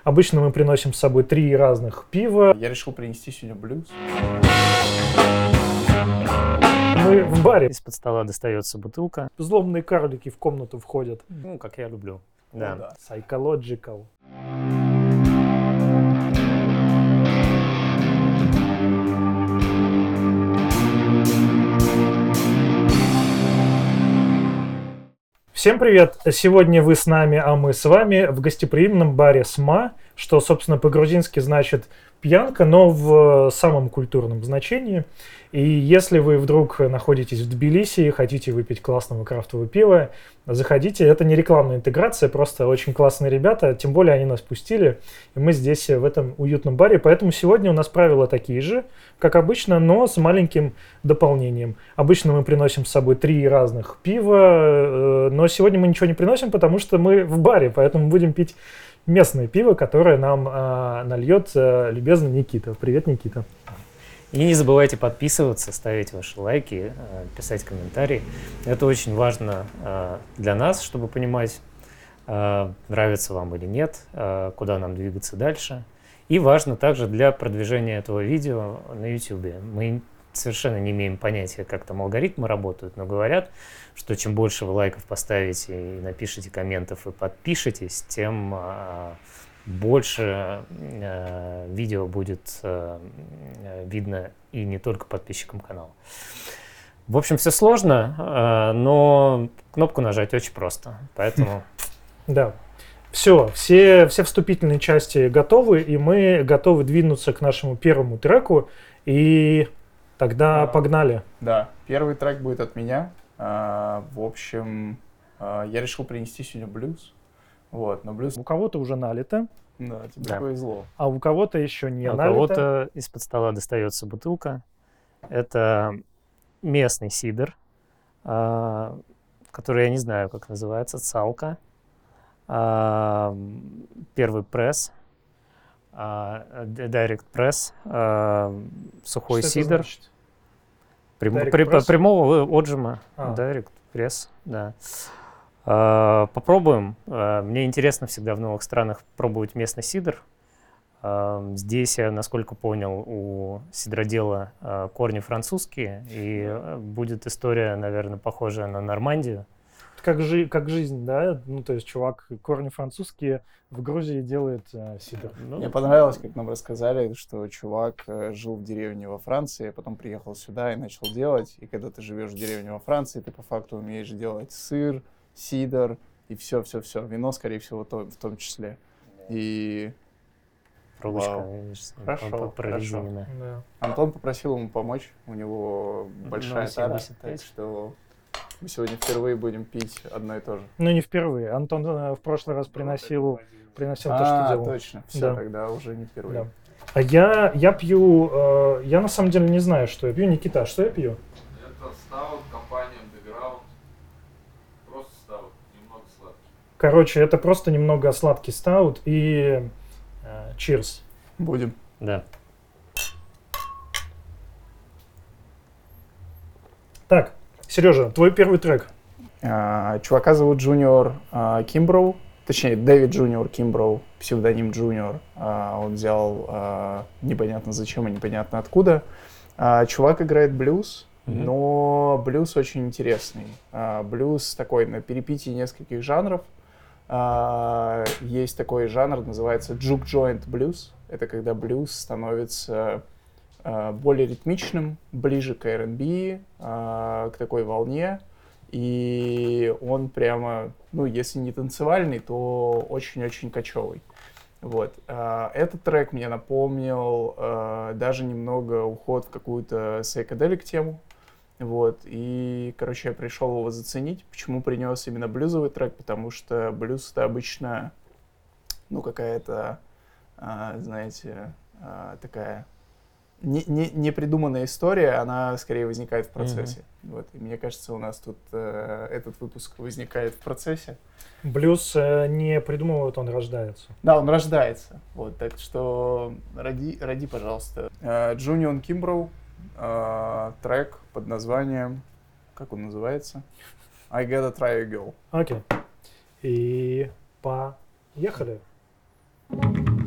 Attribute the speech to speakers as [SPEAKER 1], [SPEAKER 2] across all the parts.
[SPEAKER 1] Обычно мы приносим с собой 3 разных пива.
[SPEAKER 2] Я решил принести сегодня блюз.
[SPEAKER 1] Мы в баре.
[SPEAKER 3] Из-под стола достается бутылка.
[SPEAKER 1] Злобные карлики в комнату входят.
[SPEAKER 3] Ну, как я люблю.
[SPEAKER 2] Да.
[SPEAKER 3] Да.
[SPEAKER 1] Psychological. Всем привет! Сегодня вы с нами, а мы с вами в гостеприимном баре СМА, что, собственно, по-грузински значит пьянка, но в самом культурном значении. И если вы вдруг находитесь в Тбилиси и хотите выпить классного крафтового пива, заходите. Это не рекламная интеграция, просто очень классные ребята, тем более они нас пустили, и мы здесь в этом уютном баре. Поэтому сегодня у нас правила такие же, как обычно, но с маленьким дополнением. Обычно мы приносим с собой 3 разных пива, но сегодня мы ничего не приносим, потому что мы в баре, поэтому будем пить местное пиво, которое нам нальет любезный Никита. Привет, Никита.
[SPEAKER 3] И не забывайте подписываться, ставить ваши лайки, писать комментарии. Это очень важно для нас, чтобы понимать, нравится вам или нет, куда нам двигаться дальше. И важно также для продвижения этого видео на YouTube. Мы совершенно не имеем понятия, как там алгоритмы работают, но говорят, что чем больше вы лайков поставите и напишите комментов и подпишитесь, тем больше видео будет видно и не только подписчикам канала. В общем, все сложно, но кнопку нажать очень просто, поэтому...
[SPEAKER 1] Да. Все вступительные части готовы, и мы готовы двинуться к нашему первому треку, и тогда погнали.
[SPEAKER 2] Да, первый трек будет от меня. В общем, я решил принести сегодня блюз. Вот, но блюз...
[SPEAKER 1] У кого-то уже налито,
[SPEAKER 2] Да, тебе
[SPEAKER 3] Да.
[SPEAKER 2] повезло.
[SPEAKER 1] а у кого-то еще не
[SPEAKER 3] У
[SPEAKER 1] налито.
[SPEAKER 3] кого-то из-под стола достается бутылка. Это местный сидр, который я не знаю, как называется, цалка. Первый пресс, Direct пресс, сухой
[SPEAKER 1] Что это
[SPEAKER 3] сидр.
[SPEAKER 1] значит?
[SPEAKER 3] Direct
[SPEAKER 1] Direct press?
[SPEAKER 3] Прямого отжима.
[SPEAKER 1] А.
[SPEAKER 3] Direct пресс, да. Попробуем. Мне интересно всегда в новых странах пробовать местный сидр. Здесь, я, насколько понял, у сидродела корни французские, и будет история, наверное, похожая на Нормандию.
[SPEAKER 1] Как жизнь, да? Ну, то есть чувак, корни французские, в Грузии делает сидр.
[SPEAKER 3] Ну,
[SPEAKER 2] Мне понравилось, как нам рассказали, что чувак жил в деревне во Франции, потом приехал сюда и начал делать. И когда ты живешь в деревне во Франции, ты по факту умеешь делать сыр, сидр и все-все-все. Вино, скорее всего, в том числе. И
[SPEAKER 3] Пробочка,
[SPEAKER 2] Вау.
[SPEAKER 3] видишь,
[SPEAKER 2] Хорошо,
[SPEAKER 3] прорезиненная.
[SPEAKER 1] Да.
[SPEAKER 2] Антон попросил ему помочь. У него большая тара,
[SPEAKER 3] 0,75.
[SPEAKER 2] так что мы сегодня впервые будем пить одно и то же.
[SPEAKER 1] Ну, не впервые. Антон в прошлый раз приносил то, что делал.
[SPEAKER 2] Точно. Все,
[SPEAKER 1] Да.
[SPEAKER 2] тогда уже не впервые.
[SPEAKER 1] Да. А я пью, я на самом деле не знаю, что я пью. Никита, что я пью?
[SPEAKER 4] Это стаут, компания Underground. Просто стаут, немного сладкий.
[SPEAKER 1] Короче, это просто немного сладкий стаут и cheers.
[SPEAKER 2] Будем.
[SPEAKER 3] Да.
[SPEAKER 1] Так, Сережа, твой первый трек.
[SPEAKER 2] Чувака зовут Джуниор Кимброу, точнее, Дэвид Джуниор Кимброу, псевдоним Джуниор. Он взял непонятно зачем и непонятно откуда. Чувак играет блюз, но блюз очень интересный. Блюз такой на перепитии нескольких жанров. Есть такой жанр, называется juke-joint блюз. Это когда блюз становится более ритмичным, ближе к R&B, к такой волне. И он прямо, ну, если не танцевальный, то очень-очень кочевый. Вот. Этот трек мне напомнил даже немного уход в какую-то psychedelic тему. Вот. И, короче, я пришел его заценить. Почему принес именно блюзовый трек? Потому что блюз — это обычно, ну, какая-то, знаете, такая непридуманная история, она скорее возникает в процессе. Вот. И мне кажется, у нас тут этот выпуск возникает в процессе.
[SPEAKER 1] Блюз не придумывают, он рождается.
[SPEAKER 2] Да, он рождается. Вот, так что роди, пожалуйста. Джуниор Кимброу, трек под названием, как он называется? I Gotta Try a Girl.
[SPEAKER 1] Окей. И поехали.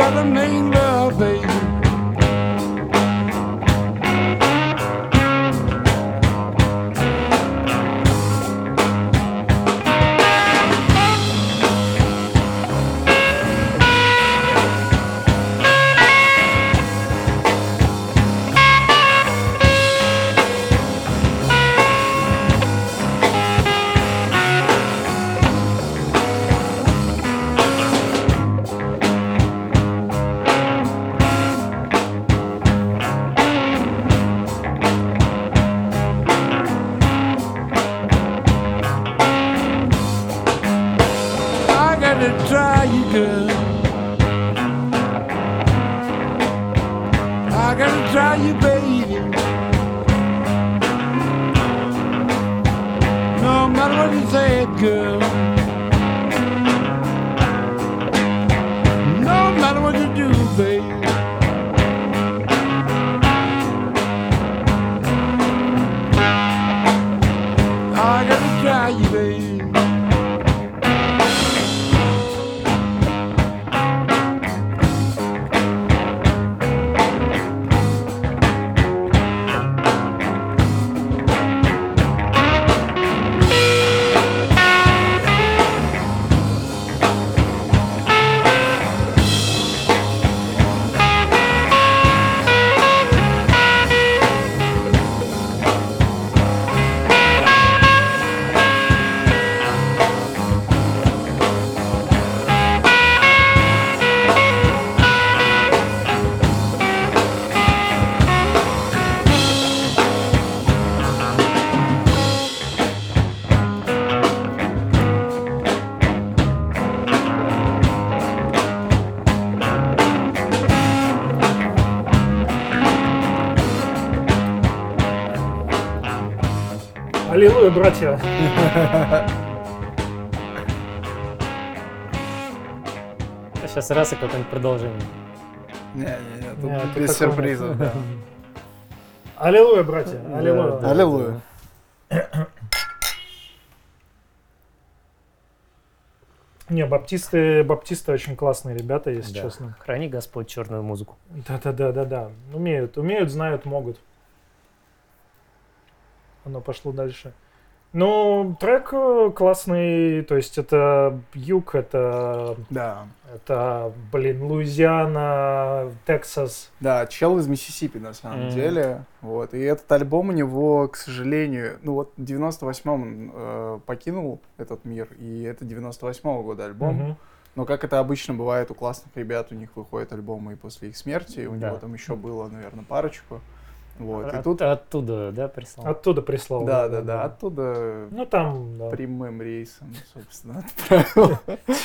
[SPEAKER 5] gotta make love, baby. I gotta try you, girl. I gotta try you, baby. No matter what you say, girl. No matter what you do, baby. I gotta try you, baby.
[SPEAKER 1] Аллилуйя, братья.
[SPEAKER 3] Сейчас раз и какое-нибудь продолжение.
[SPEAKER 2] Не-не-не, тут
[SPEAKER 1] Нет,
[SPEAKER 2] без
[SPEAKER 1] такого
[SPEAKER 2] сюрпризов, да.
[SPEAKER 1] Аллилуйя, братья. Аллилуйя.
[SPEAKER 3] Да.
[SPEAKER 2] Аллилуйя.
[SPEAKER 1] Не, баптисты очень классные ребята, если
[SPEAKER 3] Да.
[SPEAKER 1] честно.
[SPEAKER 3] Храни Господь черную музыку.
[SPEAKER 1] Да. Умеют, знают, могут. Оно пошло дальше. Ну, трек классный, то есть это юг, это,
[SPEAKER 2] Да.
[SPEAKER 1] Луизиана, Тексас.
[SPEAKER 2] Да, чел из Миссисипи, на самом
[SPEAKER 3] Мгм.
[SPEAKER 2] деле. Вот. И этот альбом у него, к сожалению, ну вот в 98-м он покинул этот мир, и это 98-го года альбом.
[SPEAKER 1] Мгм.
[SPEAKER 2] Но как это обычно бывает у классных ребят, у них выходят альбомы и после их смерти, и у
[SPEAKER 3] Да.
[SPEAKER 2] него там еще было, наверное, парочку. Вот. И
[SPEAKER 3] От-
[SPEAKER 2] тут...
[SPEAKER 3] Оттуда, да, прислал?
[SPEAKER 1] Оттуда прислал.
[SPEAKER 2] Да, оттуда
[SPEAKER 1] Ну, там, да.
[SPEAKER 2] прямым рейсом, собственно, отправил.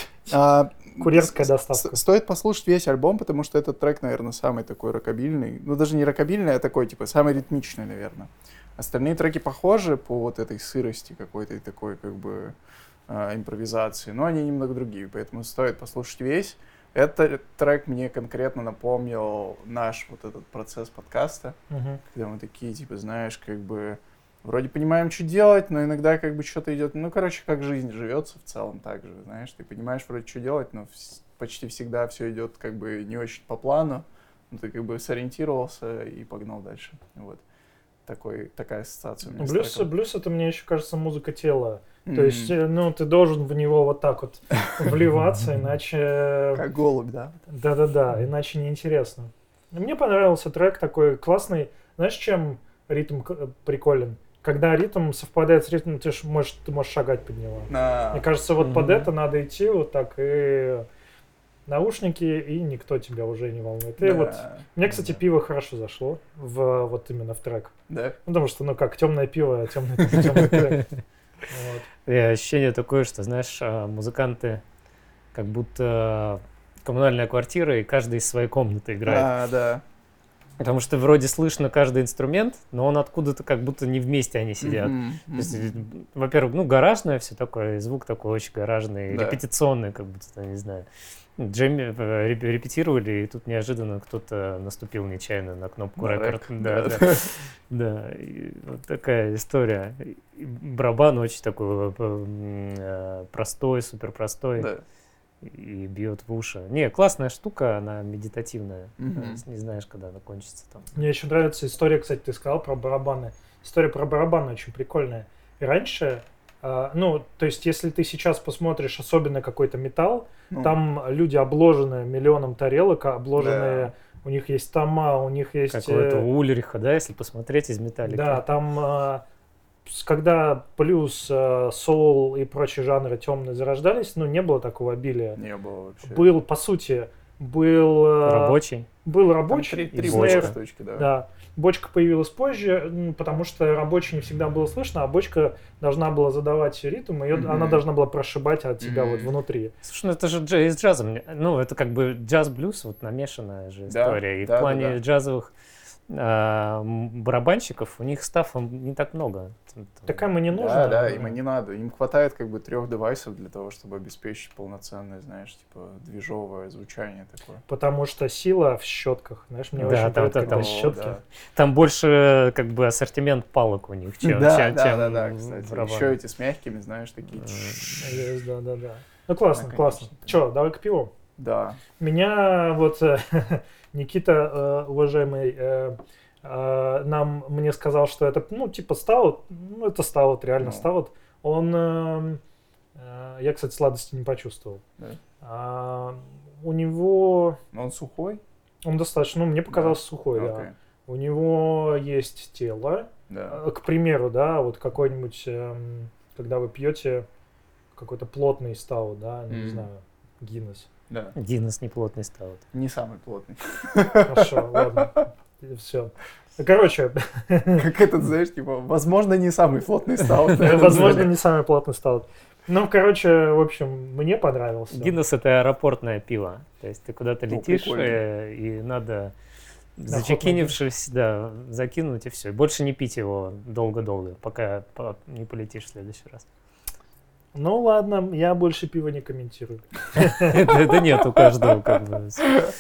[SPEAKER 2] А,
[SPEAKER 1] Курьерская доставка.
[SPEAKER 2] Стоит послушать весь альбом, потому что этот трек, наверное, самый такой рокобильный. Ну, даже не рокобильный, а такой, типа, самый ритмичный, наверное. Остальные треки похожи по вот этой сырости какой-то и такой, как бы, импровизации, но они немного другие, поэтому стоит послушать весь. Этот трек мне конкретно напомнил наш вот этот процесс подкаста,
[SPEAKER 1] Мгм.
[SPEAKER 2] когда мы такие, типа, знаешь, как бы вроде понимаем, что делать, но иногда как бы что-то идет, ну, короче, как жизнь живется в целом так же, знаешь, ты понимаешь вроде, что делать, но почти всегда все идет как бы не очень по плану, но ты как бы сориентировался и погнал дальше, вот. Такая ассоциация у меня с треком.
[SPEAKER 1] Блюз это, мне еще кажется, музыка тела. То
[SPEAKER 2] М,
[SPEAKER 1] есть, ну, ты должен в него вот так вот вливаться, иначе...
[SPEAKER 2] как голубь, да?
[SPEAKER 1] Да, иначе неинтересно. Мне понравился трек такой классный. Знаешь, чем ритм приколен? Когда ритм совпадает с ритмом, ты можешь шагать под него. Мне кажется, вот под это надо идти вот так, и наушники, и никто тебя уже не волнует. И вот, мне, кстати, пиво хорошо зашло вот именно в трек.
[SPEAKER 2] Да.
[SPEAKER 1] Ну, потому что, ну как, темное пиво, темный трек. Вот.
[SPEAKER 3] И ощущение такое, что, знаешь, музыканты как будто коммунальная квартира, и каждый из своей комнаты играет.
[SPEAKER 2] Да.
[SPEAKER 3] Потому что вроде слышно каждый инструмент, но он откуда-то как будто не вместе они сидят. То есть, во-первых, ну, гаражное все такое, и звук такой очень гаражный,
[SPEAKER 2] Да.
[SPEAKER 3] репетиционный, как будто, не знаю. Джемми репетировали, и тут неожиданно кто-то наступил нечаянно на кнопку
[SPEAKER 2] На
[SPEAKER 3] рекорд.
[SPEAKER 2] рек.
[SPEAKER 3] Да, и вот такая история. И барабан очень такой простой, супер простой.
[SPEAKER 2] Да.
[SPEAKER 3] и бьет в уши. Не, классная штука, она медитативная.
[SPEAKER 2] Мгм.
[SPEAKER 3] Не знаешь, когда она кончится там.
[SPEAKER 1] Мне еще нравится история, кстати, ты сказал про барабаны. История про барабаны очень прикольная. И раньше, ну, то есть, если ты сейчас посмотришь особенно какой-то металл,
[SPEAKER 2] Ну,
[SPEAKER 1] там люди обложены миллионом тарелок, обложенные, у них есть тома, у них есть...
[SPEAKER 3] Как у этого Ульриха, да, если посмотреть из Металлики.
[SPEAKER 1] Да, там, когда плюс соул и прочие жанры темные зарождались, ну, не было такого обилия.
[SPEAKER 2] не было вообще.
[SPEAKER 1] Был, по сути, был
[SPEAKER 3] Рабочий.
[SPEAKER 1] был
[SPEAKER 2] Там
[SPEAKER 1] рабочий,
[SPEAKER 2] три
[SPEAKER 1] снейр,
[SPEAKER 2] штучки, да.
[SPEAKER 1] да. Бочка появилась позже, потому что рабочий не всегда было слышно, а бочка должна была задавать ритм, и
[SPEAKER 2] Мгм.
[SPEAKER 1] она должна была прошибать от тебя вот
[SPEAKER 2] Мгм.
[SPEAKER 1] внутри.
[SPEAKER 3] Слушай, ну это же из джаза. Ну, это как бы джаз-блюз, вот намешанная же
[SPEAKER 2] Да,
[SPEAKER 3] история. И
[SPEAKER 2] да,
[SPEAKER 3] в плане
[SPEAKER 2] да, да.
[SPEAKER 3] джазовых барабанщиков у них стафа не так много.
[SPEAKER 1] Такая мы не нужна.
[SPEAKER 2] Да, да, им и не надо. Им хватает как бы 3 девайсов для того, чтобы обеспечить полноценное, знаешь, типа движовое звучание такое.
[SPEAKER 1] Потому что сила в щетках. Знаешь, мне
[SPEAKER 3] Да,
[SPEAKER 1] очень
[SPEAKER 3] там-
[SPEAKER 1] нравится,
[SPEAKER 3] там-
[SPEAKER 1] когда
[SPEAKER 3] там-
[SPEAKER 1] щетки.
[SPEAKER 2] Да.
[SPEAKER 3] Там больше как бы ассортимент палок у них, чем
[SPEAKER 2] Да,
[SPEAKER 3] чем
[SPEAKER 2] кстати.
[SPEAKER 3] барабаны.
[SPEAKER 2] Еще эти с мягкими, знаешь, такие.
[SPEAKER 1] Есть, да, да, да. Ну, классно,
[SPEAKER 2] Да,
[SPEAKER 1] классно.
[SPEAKER 2] конечно.
[SPEAKER 1] Че, давай к пиву.
[SPEAKER 2] Да.
[SPEAKER 1] Меня вот Никита, уважаемый, мне сказал, что это, ну, типа стаут. Ну, это стаут, реально
[SPEAKER 2] Ну.
[SPEAKER 1] стаут. Он, я, кстати, сладости не почувствовал.
[SPEAKER 2] Да.
[SPEAKER 1] У него,
[SPEAKER 2] Но он сухой.
[SPEAKER 1] он достаточно, ну, мне показался
[SPEAKER 2] Да.
[SPEAKER 1] сухой, да.
[SPEAKER 2] Окей.
[SPEAKER 1] У него есть тело.
[SPEAKER 2] Да.
[SPEAKER 1] К примеру, да, вот какой-нибудь, когда вы пьете какой-то плотный стаут, да, не
[SPEAKER 2] Мгм.
[SPEAKER 1] знаю, Гиннес.
[SPEAKER 2] Да.
[SPEAKER 3] Гиннес неплотный стал.
[SPEAKER 2] Не самый плотный.
[SPEAKER 1] Хорошо, ладно. Все. Короче,
[SPEAKER 2] Как этот, знаешь, типа, возможно, не самый плотный стал.
[SPEAKER 1] возможно, не самый плотный стаут. Ну, короче, в общем, мне понравился.
[SPEAKER 3] Гиннес это аэропортное пиво. То есть ты куда-то
[SPEAKER 2] Ну,
[SPEAKER 3] летишь,
[SPEAKER 2] прикольно.
[SPEAKER 3] и надо,
[SPEAKER 1] Охотно,
[SPEAKER 3] зачекинившись, да, закинуть и все. Больше не пить его долго-долго, пока не полетишь в следующий раз.
[SPEAKER 1] Ну, ладно, я больше пива не комментирую.
[SPEAKER 3] Да нет, у каждого как бы.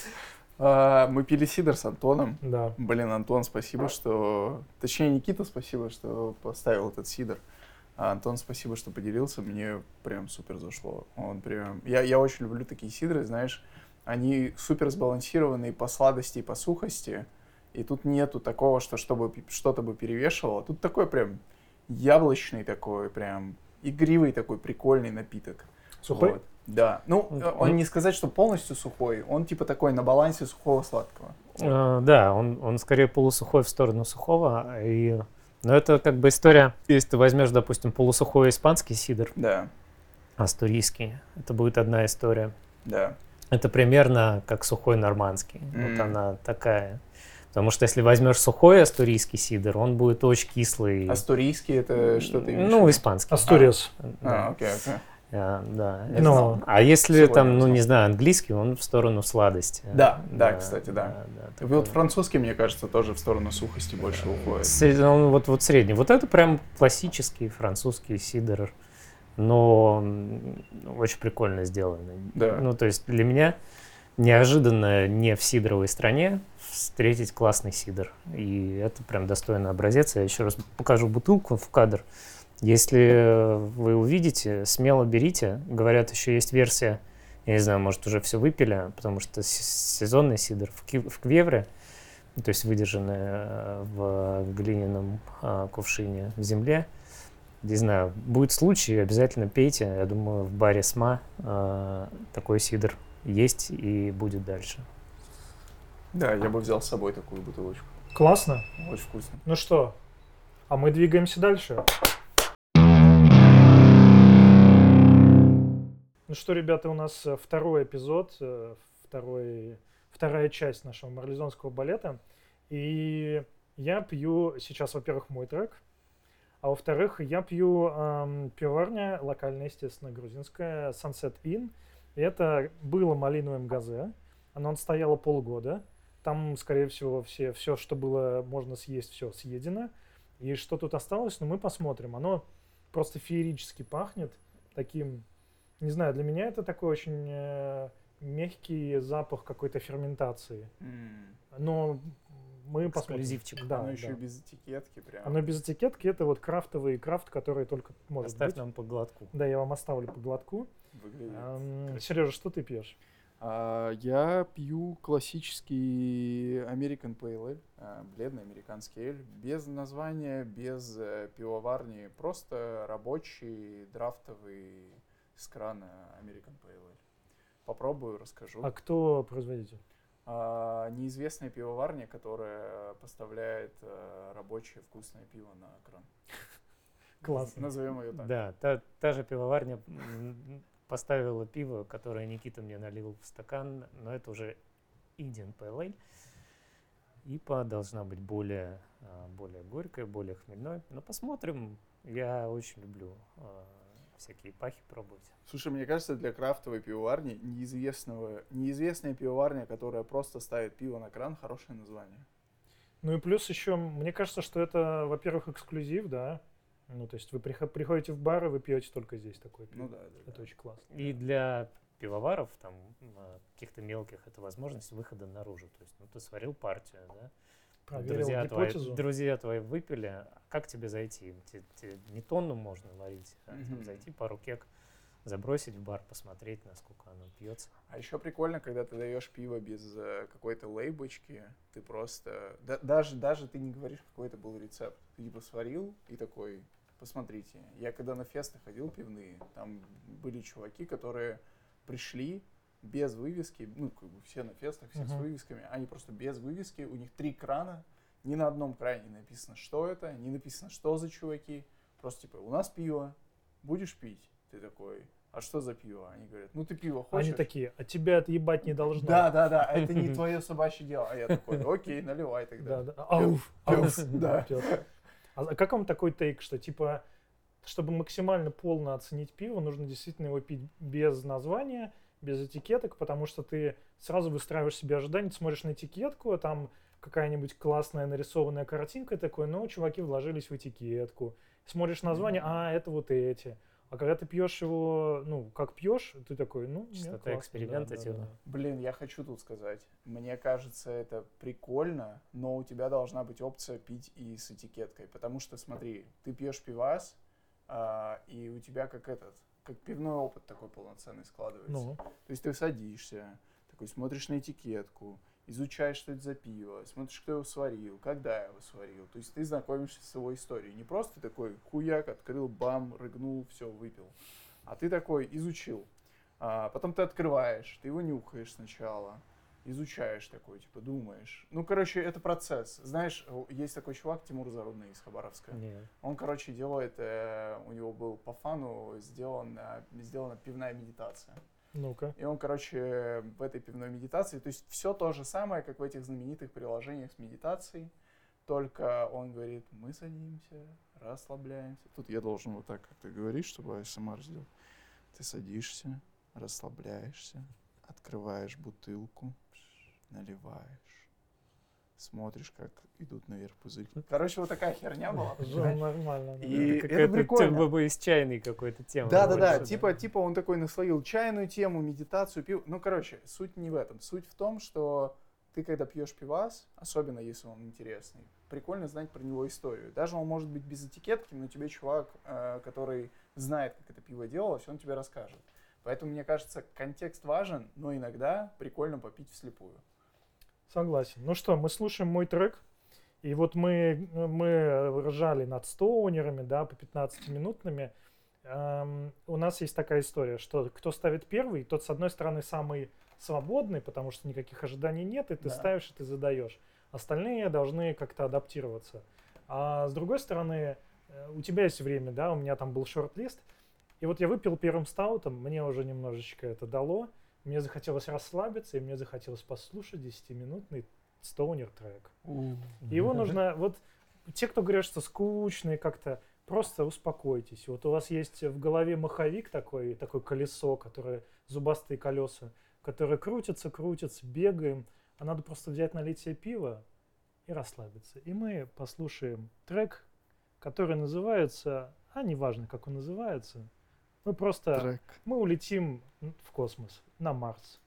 [SPEAKER 2] Мы пили сидр с Антоном.
[SPEAKER 1] Да.
[SPEAKER 2] Блин, Антон, спасибо, что... Точнее, Никита, спасибо, что поставил этот сидр. А Антон, спасибо, что поделился. Мне прям супер зашло. Он прям... Я очень люблю такие сидры, знаешь. Они супер сбалансированные по сладости и по сухости. И тут нету такого, что чтобы что-то бы перевешивало. Тут такой прям яблочный такой, прям игривый такой прикольный напиток.
[SPEAKER 1] Сухой?
[SPEAKER 2] Вот. Да. Ну, он не сказать, что полностью сухой. Он типа такой на балансе сухого-сладкого.
[SPEAKER 3] Да, он скорее полусухой в сторону сухого. Но это как бы история, если ты возьмешь, допустим, полусухой испанский сидр,
[SPEAKER 2] Да,
[SPEAKER 3] астурийский, это будет одна история.
[SPEAKER 2] да.
[SPEAKER 3] Это примерно как сухой нормандский. Вот
[SPEAKER 2] Мгм.
[SPEAKER 3] она такая. Потому что если возьмешь сухой астурийский сидр, он будет очень кислый.
[SPEAKER 2] Астурийский это что ты имеешь в
[SPEAKER 3] Ну,
[SPEAKER 2] виду?
[SPEAKER 3] испанский.
[SPEAKER 1] Астуриас.
[SPEAKER 3] Да.
[SPEAKER 2] Окей.
[SPEAKER 3] Да.
[SPEAKER 2] Я
[SPEAKER 1] Ну,
[SPEAKER 2] знал.
[SPEAKER 3] А если
[SPEAKER 2] Сегодня
[SPEAKER 3] там, ну
[SPEAKER 2] узнал.
[SPEAKER 3] не знаю, английский, он в сторону сладости.
[SPEAKER 2] Да, кстати, да. И
[SPEAKER 3] такой.
[SPEAKER 2] вот французский, мне кажется, тоже в сторону сухости больше уходит.
[SPEAKER 3] Он вот средний. Вот это прям классический французский сидр, но очень прикольно сделанный.
[SPEAKER 2] Да.
[SPEAKER 3] Ну, то есть для меня неожиданно не в сидровой стране встретить классный сидр. И это прям достойный образец. Я еще раз покажу бутылку в кадр. Если вы увидите, смело берите. Говорят, еще есть версия, я не знаю, может, уже все выпили, потому что сезонный сидр в квевре, то есть выдержанный в глиняном кувшине в земле. Не знаю, будет случай, обязательно пейте. Я думаю, в баре СМА такой сидр есть и будет дальше.
[SPEAKER 2] Да, я бы взял с собой такую бутылочку.
[SPEAKER 1] Классно.
[SPEAKER 2] Очень вкусно.
[SPEAKER 1] Ну что, а мы двигаемся дальше. Ну что, ребята, у нас второй эпизод, вторая часть нашего марлезонского балета. И я пью сейчас, во-первых, мой трек, а во-вторых, я пью пивоварня, локальная, естественно, грузинская, Sunset Inn. И это было малиновым газе. Оно стояло полгода. Там, скорее всего, все, что было можно съесть, все съедено. И что тут осталось, ну мы посмотрим. Оно просто феерически пахнет таким, не знаю, для меня это такой очень мягкий запах какой-то ферментации. Но мы посмотрим.
[SPEAKER 3] Эксклюзивчик.
[SPEAKER 1] Да,
[SPEAKER 2] Оно
[SPEAKER 1] да.
[SPEAKER 2] еще без этикетки прям.
[SPEAKER 1] Оно без этикетки, это вот крафтовый крафт, который только может
[SPEAKER 3] Оставь
[SPEAKER 1] быть.
[SPEAKER 3] нам по глотку.
[SPEAKER 1] Да, я вам оставлю по глотку.
[SPEAKER 2] выглядит.
[SPEAKER 1] Сережа, что ты пьешь?
[SPEAKER 2] Я пью классический American Pale Ale, бледный американский эль, без названия, без пивоварни, просто рабочий, драфтовый с крана American Pale Ale. Попробую, расскажу.
[SPEAKER 1] А кто производитель?
[SPEAKER 2] Неизвестная пивоварня, которая поставляет рабочее вкусное пиво на кран.
[SPEAKER 1] Классно.
[SPEAKER 2] Назовем ее так.
[SPEAKER 3] Да, та же пивоварня поставила пиво, которое Никита мне налил в стакан, но это уже Indian Pale Ale. ИПА должна быть более горькая, более хмельной. Но посмотрим. Я очень люблю всякие ипахи пробовать.
[SPEAKER 2] Слушай, мне кажется, для крафтовой пивоварни неизвестная пивоварня, которая просто ставит пиво на кран, хорошее название.
[SPEAKER 1] Ну и плюс еще, мне кажется, что это, во-первых, эксклюзив, да? Ну, то есть вы приходите в бар, и вы пьете только здесь такое пиво.
[SPEAKER 2] Ну да.
[SPEAKER 1] Это очень классно.
[SPEAKER 3] И для пивоваров, там, каких-то мелких, это возможность выхода наружу. То есть, ты сварил партию, да?
[SPEAKER 1] Проверил гипотезу.
[SPEAKER 3] Друзья твои выпили, а как тебе зайти? Тебе не тонну можно варить, а там зайти пару кек, забросить в бар, посмотреть, насколько оно пьется.
[SPEAKER 2] А еще прикольно, когда ты даешь пиво без какой-то лейбочки, ты просто... Даже ты не говоришь, какой это был рецепт. Ты типа сварил и такой, посмотрите. Я когда на фесты ходил пивные, там были чуваки, которые пришли без вывески, все на фестах, все с вывесками, они просто без вывески, у них 3 крана, ни на одном кране не написано, что это, не написано, что за чуваки, просто типа, у нас пиво, будешь пить? Ты такой, а что за пиво? Они говорят, ты пиво хочешь?
[SPEAKER 1] Они такие, а тебя это ебать не должно.
[SPEAKER 2] Да, это не твое собачье дело. А я такой, окей, наливай тогда.
[SPEAKER 1] Да. Ауф.
[SPEAKER 2] Да.
[SPEAKER 1] А как вам такой тейк, что типа, чтобы максимально полно оценить пиво, нужно действительно его пить без названия, без этикеток, потому что ты сразу выстраиваешь себе ожидания, ты смотришь на этикетку, а там какая-нибудь классная нарисованная картинка, такой, чуваки вложились в этикетку. Смотришь название, это вот эти. А когда ты пьешь его, как пьешь, ты такой,
[SPEAKER 3] Частота эксперимента.
[SPEAKER 2] Блин, я хочу тут сказать. Мне кажется, это прикольно, но у тебя должна быть опция пить и с этикеткой. Потому что, смотри, ты пьешь пивас, и у тебя как пивной опыт такой полноценный складывается. То есть ты садишься, такой смотришь на этикетку, изучаешь, что это за пиво, смотришь, кто его сварил, когда его сварил. То есть ты знакомишься с его историей. Не просто такой хуяк, открыл, бам, рыгнул, все, выпил. А ты такой изучил. Потом ты открываешь, ты его нюхаешь сначала, изучаешь такой, типа думаешь. Это процесс. Знаешь, есть такой чувак, Тимур Зарудный из Хабаровска.
[SPEAKER 3] Нет.
[SPEAKER 2] Он, делает, у него был по фану сделана пивная медитация.
[SPEAKER 1] Ну-ка.
[SPEAKER 2] И он, в этой пивной медитации, то есть все то же самое, как в этих знаменитых приложениях с медитацией, только он говорит, мы садимся, расслабляемся. Тут я должен вот так, как ты говоришь, чтобы ASMR сделать. Ты садишься, расслабляешься, открываешь бутылку, наливаешь, смотришь, как идут наверх пузырьки. Вот такая херня была.
[SPEAKER 1] Нормально.
[SPEAKER 2] И
[SPEAKER 3] это прикольно. Из чайной какой-то темы.
[SPEAKER 2] Да. Типа он такой наслоил чайную тему, медитацию, пиво. Суть не в этом. Суть в том, что ты, когда пьешь пивас, особенно если он интересный, прикольно знать про него историю. Даже он может быть без этикетки, но тебе чувак, который знает, как это пиво делалось, он тебе расскажет. Поэтому, мне кажется, контекст важен, но иногда прикольно попить вслепую.
[SPEAKER 1] Согласен. Ну что, мы слушаем мой трек. И вот мы ржали над стоунерами, да, по 15-минутными. У нас есть такая история, что кто ставит первый, тот, с одной стороны, самый свободный, потому что никаких ожиданий нет, и ты ставишь, и ты задаешь. Остальные должны как-то адаптироваться. А с другой стороны, у тебя есть время, да, у меня там был шорт-лист, и вот я выпил первым стаутом, мне уже немножечко это дало, мне захотелось расслабиться, и мне захотелось послушать 10-минутный стоунер трек. Его нужно, те, кто говорят, что скучный как-то, просто успокойтесь. Вот у вас есть в голове маховик такое колесо, которое, зубастые колеса, которые крутятся, бегаем, а надо просто взять, налить себе пиво и расслабиться. И мы послушаем трек, который называется, неважно, как он называется, мы улетим в космос, на Марс.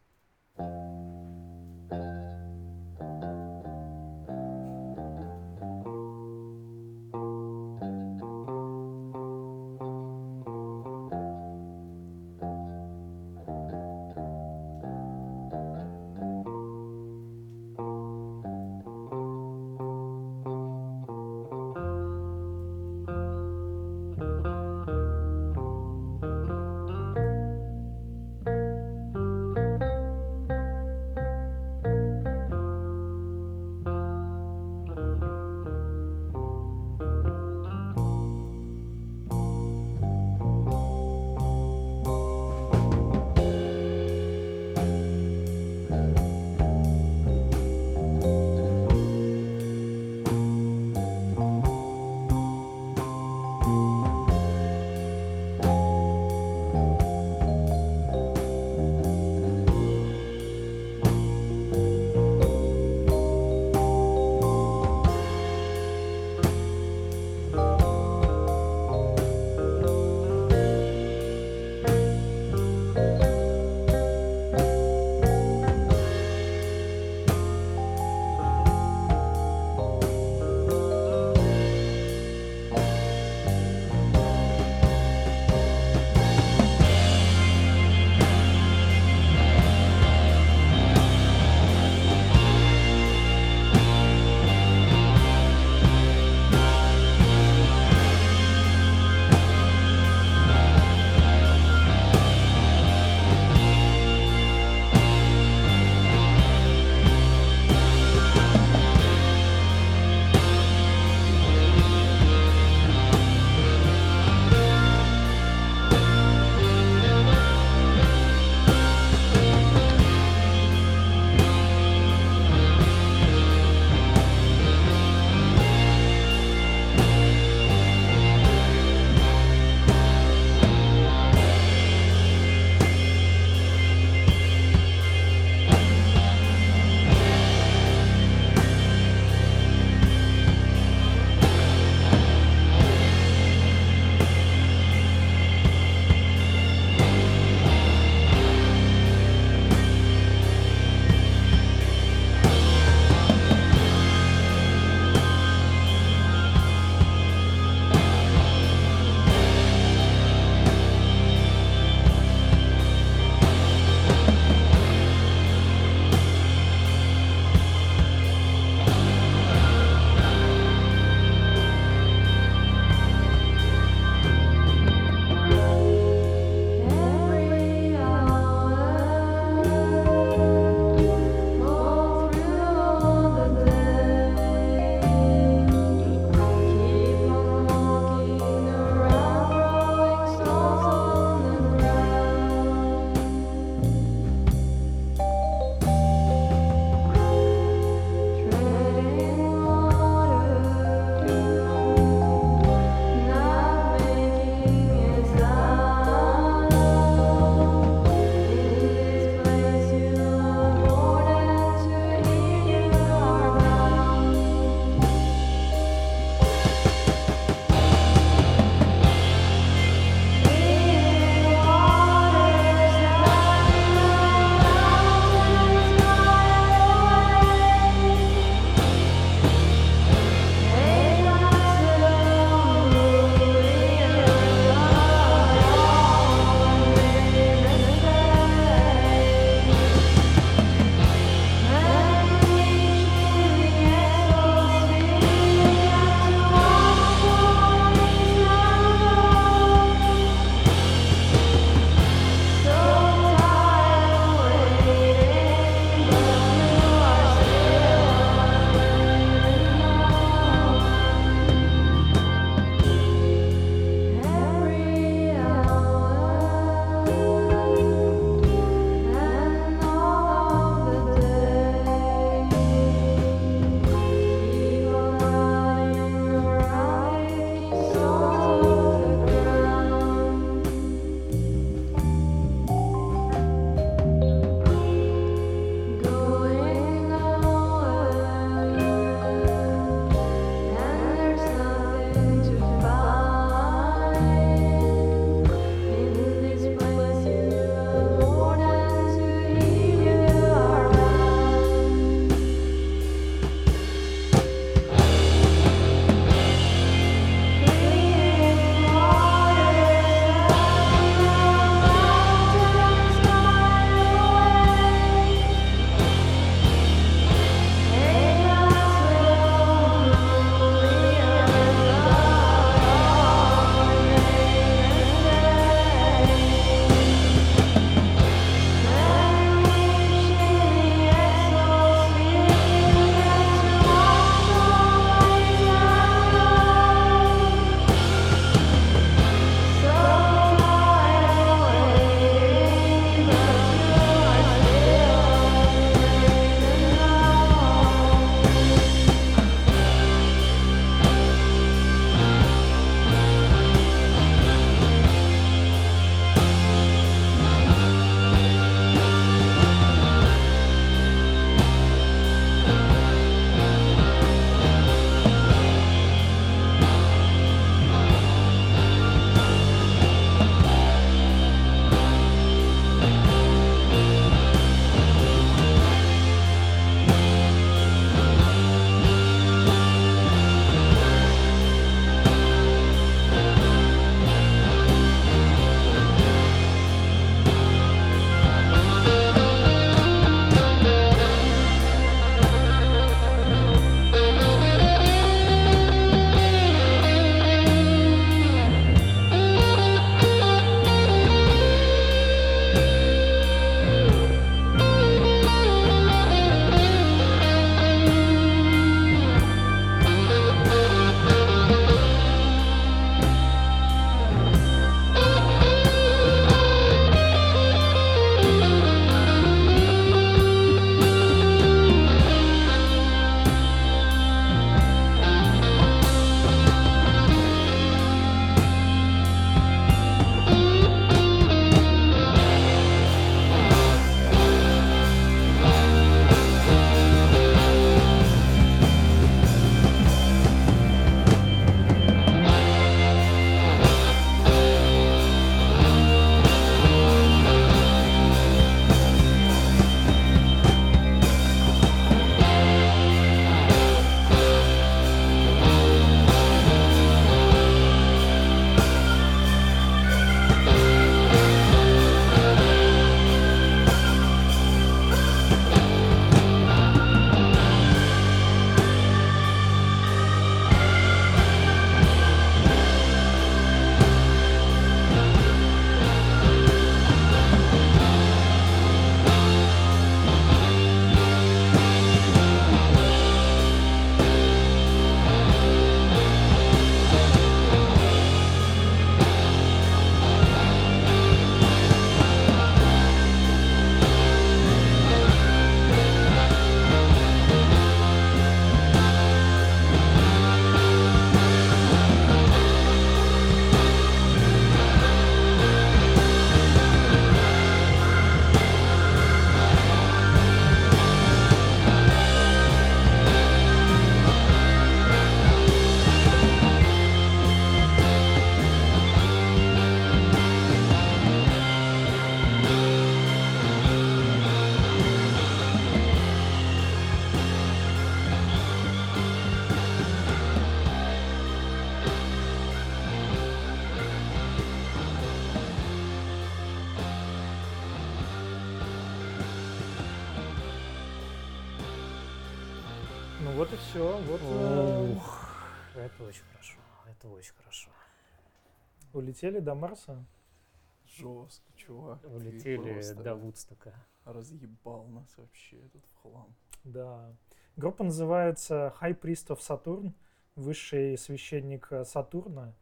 [SPEAKER 1] Ну вот и все. Вот
[SPEAKER 3] Ух, это очень хорошо. Это очень хорошо.
[SPEAKER 1] улетели до Марса.
[SPEAKER 2] Жестко, чувак. ты
[SPEAKER 3] Улетели
[SPEAKER 2] просто
[SPEAKER 3] до Вудстока.
[SPEAKER 2] разъебал нас вообще тут в хлам.
[SPEAKER 1] Да. Группа называется High Priest of Saturn, высший священник Сатурна.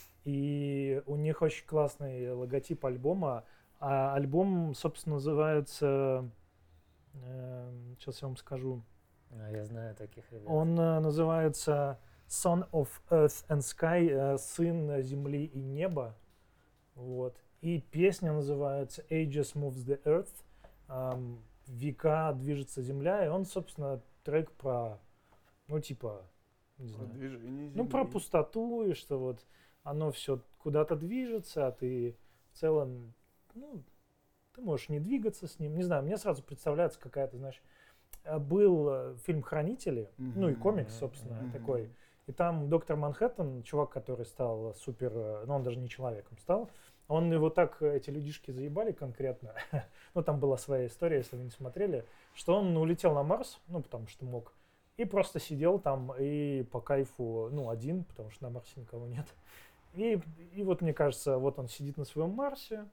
[SPEAKER 1] И у них очень классный логотип альбома. А альбом, собственно, называется... сейчас я вам скажу.
[SPEAKER 3] Я знаю таких ребят.
[SPEAKER 1] Он называется Son of Earth and Sky, сын земли и неба. Вот. И песня называется Ages Moves the Earth, века движется земля. И он, собственно, трек про, ну, типа, не
[SPEAKER 2] Про
[SPEAKER 1] знаю,
[SPEAKER 2] движение
[SPEAKER 1] ну, про
[SPEAKER 2] Земли.
[SPEAKER 1] пустоту, и что вот оно все куда-то движется, а ты в целом, ну, ты можешь не двигаться с ним. Не знаю, мне сразу представляется какая-то, знаешь, был фильм «Хранители», ну и комикс, собственно,
[SPEAKER 2] Мгм.
[SPEAKER 1] такой. И там доктор Манхэттен, чувак, который стал супер, ну он даже не человеком стал, он его так, эти людишки заебали конкретно, ну там была своя история, если вы не смотрели, что он улетел на Марс, ну потому что мог, и просто сидел там и по кайфу, ну один, потому что на Марсе никого нет. И вот мне кажется, вот он сидит на своем Марсе,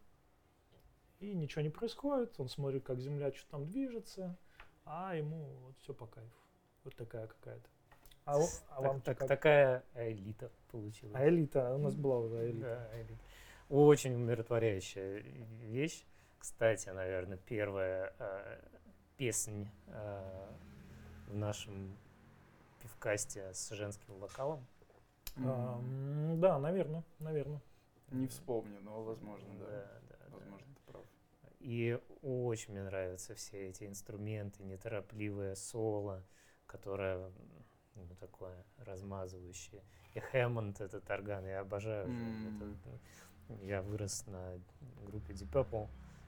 [SPEAKER 1] и ничего не происходит, он смотрит, как Земля что-то там движется, а ему вот все по кайфу. Вот такая какая-то. А вам как?
[SPEAKER 3] Такая элита получилась.
[SPEAKER 1] А элита, у нас была уже элита.
[SPEAKER 3] Да, элита. Очень умиротворяющая вещь. Кстати, наверное, первая песнь в нашем пивкасте с женским вокалом.
[SPEAKER 1] Да, наверное.
[SPEAKER 2] Не вспомню, но возможно, да.
[SPEAKER 3] Да.
[SPEAKER 2] Возможно, ты прав.
[SPEAKER 3] И очень мне нравятся все эти инструменты, неторопливое соло, которое ну, такое размазывающее. И Хэммонд, этот орган, я обожаю. Я вырос на группе Deep Purple,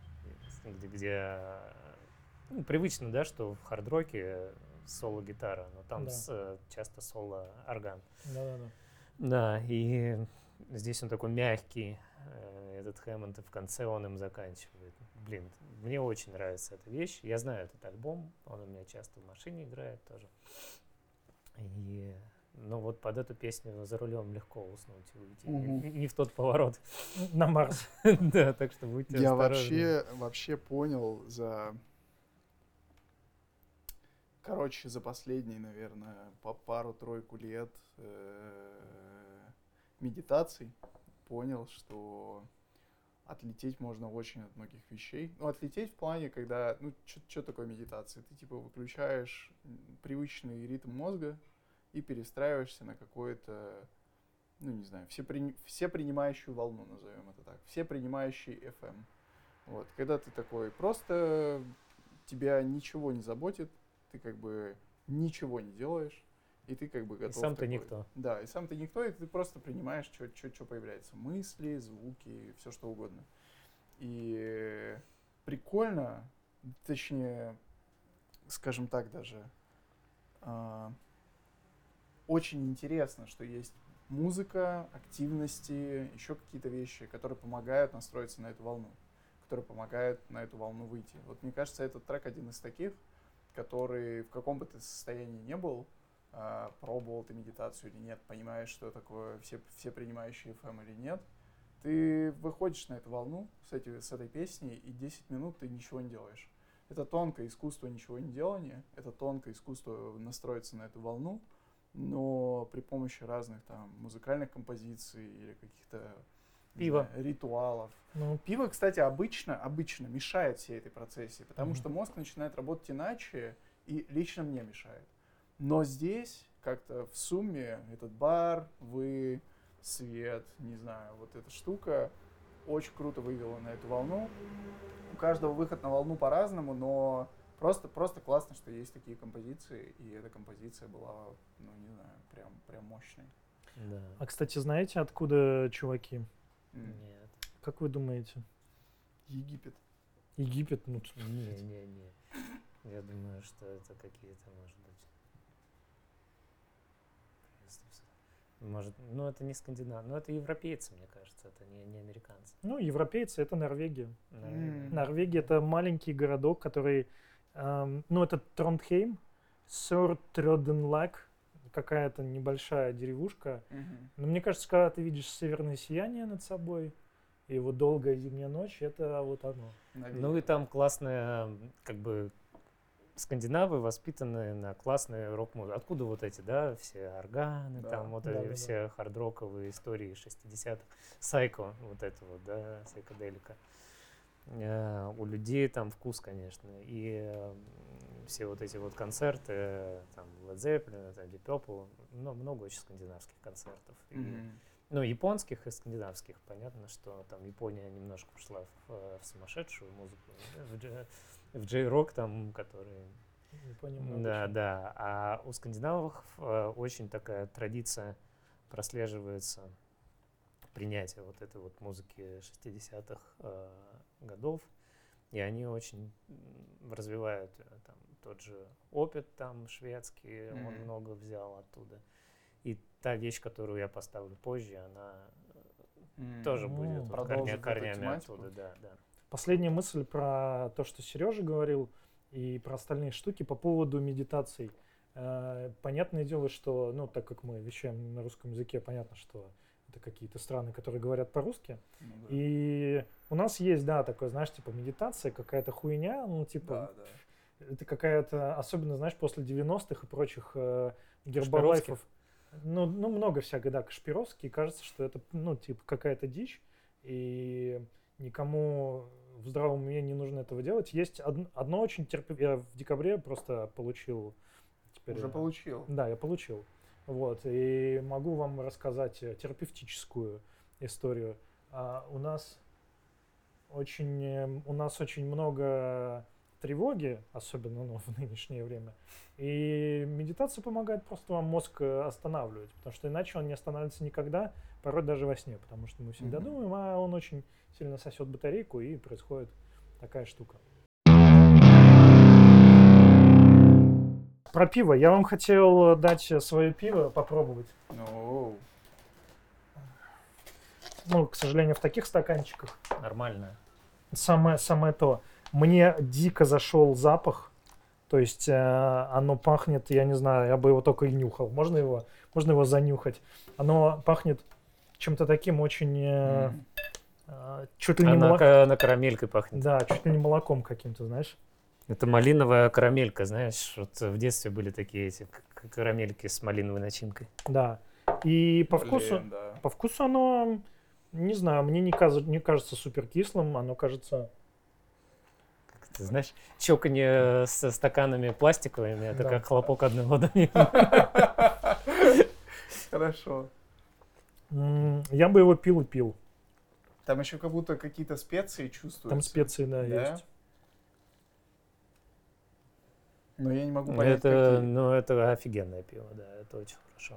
[SPEAKER 3] где ну, привычно, да, что в хард-роке соло-гитара, но там
[SPEAKER 1] Да.
[SPEAKER 3] часто соло-орган.
[SPEAKER 1] Да.
[SPEAKER 3] Да, и здесь он такой мягкий, этот Хэммонд, и в конце он им заканчивает. Блин, мне очень нравится эта вещь. Я знаю этот альбом, он у меня часто в машине играет тоже. И, ну вот под эту песню за рулем легко уснуть и уйти. Не в тот поворот.
[SPEAKER 1] На Марс.
[SPEAKER 3] Да, так что будьте
[SPEAKER 2] Я
[SPEAKER 3] осторожны.
[SPEAKER 2] вообще понял за... Короче, за последние, наверное, по пару-тройку лет медитаций понял, что отлететь можно очень от многих вещей. Ну, отлететь в плане, когда... Ну, что такое медитация? Ты, типа, выключаешь привычный ритм мозга и перестраиваешься на какое-то, ну, не знаю, все принимающую волну, назовем это так. Все принимающие FM. Вот. Когда ты такой, просто тебя ничего не заботит, ты как бы ничего не делаешь, и ты как бы готов.
[SPEAKER 3] И сам ты
[SPEAKER 2] такой,
[SPEAKER 3] никто.
[SPEAKER 2] Да, и сам ты никто, и ты просто принимаешь, что появляется. Мысли, звуки, все что угодно. И прикольно, точнее, скажем так даже, очень интересно, что есть музыка, активности, еще какие-то вещи, которые помогают настроиться на эту волну, которые помогают на эту волну выйти. Вот мне кажется, этот трек один из таких, который в каком бы ты состоянии не был, пробовал ты медитацию или нет, понимаешь, что такое все принимающие FM или нет, ты выходишь на эту волну с этой песней, и 10 минут ты ничего не делаешь. Это тонкое искусство ничего не делания, это тонкое искусство настроиться на эту волну, но при помощи разных там музыкальных композиций или каких-то
[SPEAKER 3] Пиво.
[SPEAKER 2] Ритуалов.
[SPEAKER 1] Ну,
[SPEAKER 2] Пиво, кстати, обычно мешает всей этой процессе, потому что мозг начинает работать иначе и лично мне мешает. Но здесь как-то в сумме этот бар, вы, свет, не знаю, вот эта штука очень круто вывела на эту волну. У каждого выход на волну по-разному, но просто классно, что есть такие композиции, и эта композиция была, ну не знаю, прям мощной.
[SPEAKER 3] Да.
[SPEAKER 1] а, кстати, знаете, откуда чуваки?
[SPEAKER 3] Нет.
[SPEAKER 1] Как вы думаете?
[SPEAKER 2] Египет.
[SPEAKER 1] Египет, ну,
[SPEAKER 3] Не. Я думаю, что это какие-то, может быть, может, ну это не скандинавы, но это европейцы, мне кажется, это не американцы.
[SPEAKER 1] ну, европейцы — это Норвегия.
[SPEAKER 3] Наверное.
[SPEAKER 1] Норвегия — это маленький городок, который, ну, это Трондхейм, Sir Trödenlag, какая-то небольшая деревушка. Но мне кажется, когда ты видишь северное сияние над собой и вот долгая зимняя ночь, это вот оно.
[SPEAKER 3] Ну и там классная, как бы, скандинавы, воспитанные на классной рок-музыке. Откуда вот эти, да, все органы,
[SPEAKER 2] Да.
[SPEAKER 3] там вот
[SPEAKER 1] Да,
[SPEAKER 3] эти
[SPEAKER 1] да,
[SPEAKER 3] все хардроковые истории 60-х. Сайко, вот это вот, да, сайкоделика. У людей там вкус, конечно. И все вот эти вот концерты, там, Led Zeppelin, там, Deep Purple, много очень скандинавских концертов. И, ну, японских и скандинавских. Понятно, что там Япония немножко ушла в сумасшедшую музыку, да, в джей-рок там, который...
[SPEAKER 1] Япония много
[SPEAKER 3] Да,
[SPEAKER 1] чего.
[SPEAKER 3] да. А у скандинавов очень такая традиция прослеживается принятия вот этой вот музыки 60-х годов. И они очень развивают там тот же опыт там шведский, он много взял оттуда. И та вещь, которую я поставлю позже, она тоже будет вот
[SPEAKER 2] Продолжит эту
[SPEAKER 3] корнями
[SPEAKER 2] тематику.
[SPEAKER 3] оттуда, да, да.
[SPEAKER 1] Последняя мысль про то, что Сережа говорил, и про остальные штуки по поводу медитаций. Понятное дело, что, ну, так как мы вещаем на русском языке, понятно, что это какие-то страны, которые говорят по-русски.
[SPEAKER 2] Ну да.
[SPEAKER 1] И у нас есть, да, такое, знаешь, типа медитация, какая-то хуйня, ну, типа,
[SPEAKER 2] Да, да.
[SPEAKER 1] это какая-то, особенно, знаешь, после 90-х и прочих гербалайфов. Ну, много всякой, да, Кашпировский. Кажется, что это, ну, типа, какая-то дичь. И никому в здравом уме не нужно этого делать. Есть одно очень терпимое... Я в декабре просто получил... Теперь,
[SPEAKER 2] Уже получил.
[SPEAKER 1] Да, я получил. Вот. И могу вам рассказать терапевтическую историю. У нас очень много тревоги, особенно, ну, в нынешнее время. И медитация помогает просто вам мозг останавливать, потому что иначе он не останавливается никогда, порой даже во сне, потому что мы всегда думаем, а он очень сильно сосет батарейку, и происходит такая штука. Про пиво. Я вам хотел дать свое пиво попробовать.
[SPEAKER 2] Ну,
[SPEAKER 1] Ну, к сожалению, в таких стаканчиках.
[SPEAKER 3] Нормально.
[SPEAKER 1] Самое то. Мне дико зашел запах. То есть оно пахнет, я не знаю, я бы его только и нюхал. Можно его занюхать. Оно пахнет чем-то таким очень... чуть ли не
[SPEAKER 3] Она карамелькой пахнет.
[SPEAKER 1] Да, чуть ли не молоком каким-то, знаешь.
[SPEAKER 3] Это малиновая карамелька, знаешь, вот в детстве были такие эти карамельки с малиновой начинкой.
[SPEAKER 1] Да. И по вкусу,
[SPEAKER 2] блин, да.
[SPEAKER 1] по вкусу оно, не знаю, мне не кажется супер кислым, оно кажется...
[SPEAKER 3] Как ты знаешь, чоканье со стаканами пластиковыми, это
[SPEAKER 1] Да.
[SPEAKER 3] как хлопок одного дня.
[SPEAKER 2] Хорошо.
[SPEAKER 1] Я бы его пил и пил.
[SPEAKER 2] Там еще как будто какие-то специи чувствуются.
[SPEAKER 1] Там специи, да,
[SPEAKER 2] Да?
[SPEAKER 1] есть.
[SPEAKER 2] Но я не могу понять,
[SPEAKER 3] Это,
[SPEAKER 2] какие.
[SPEAKER 3] ну, это офигенное пиво, да, это очень хорошо.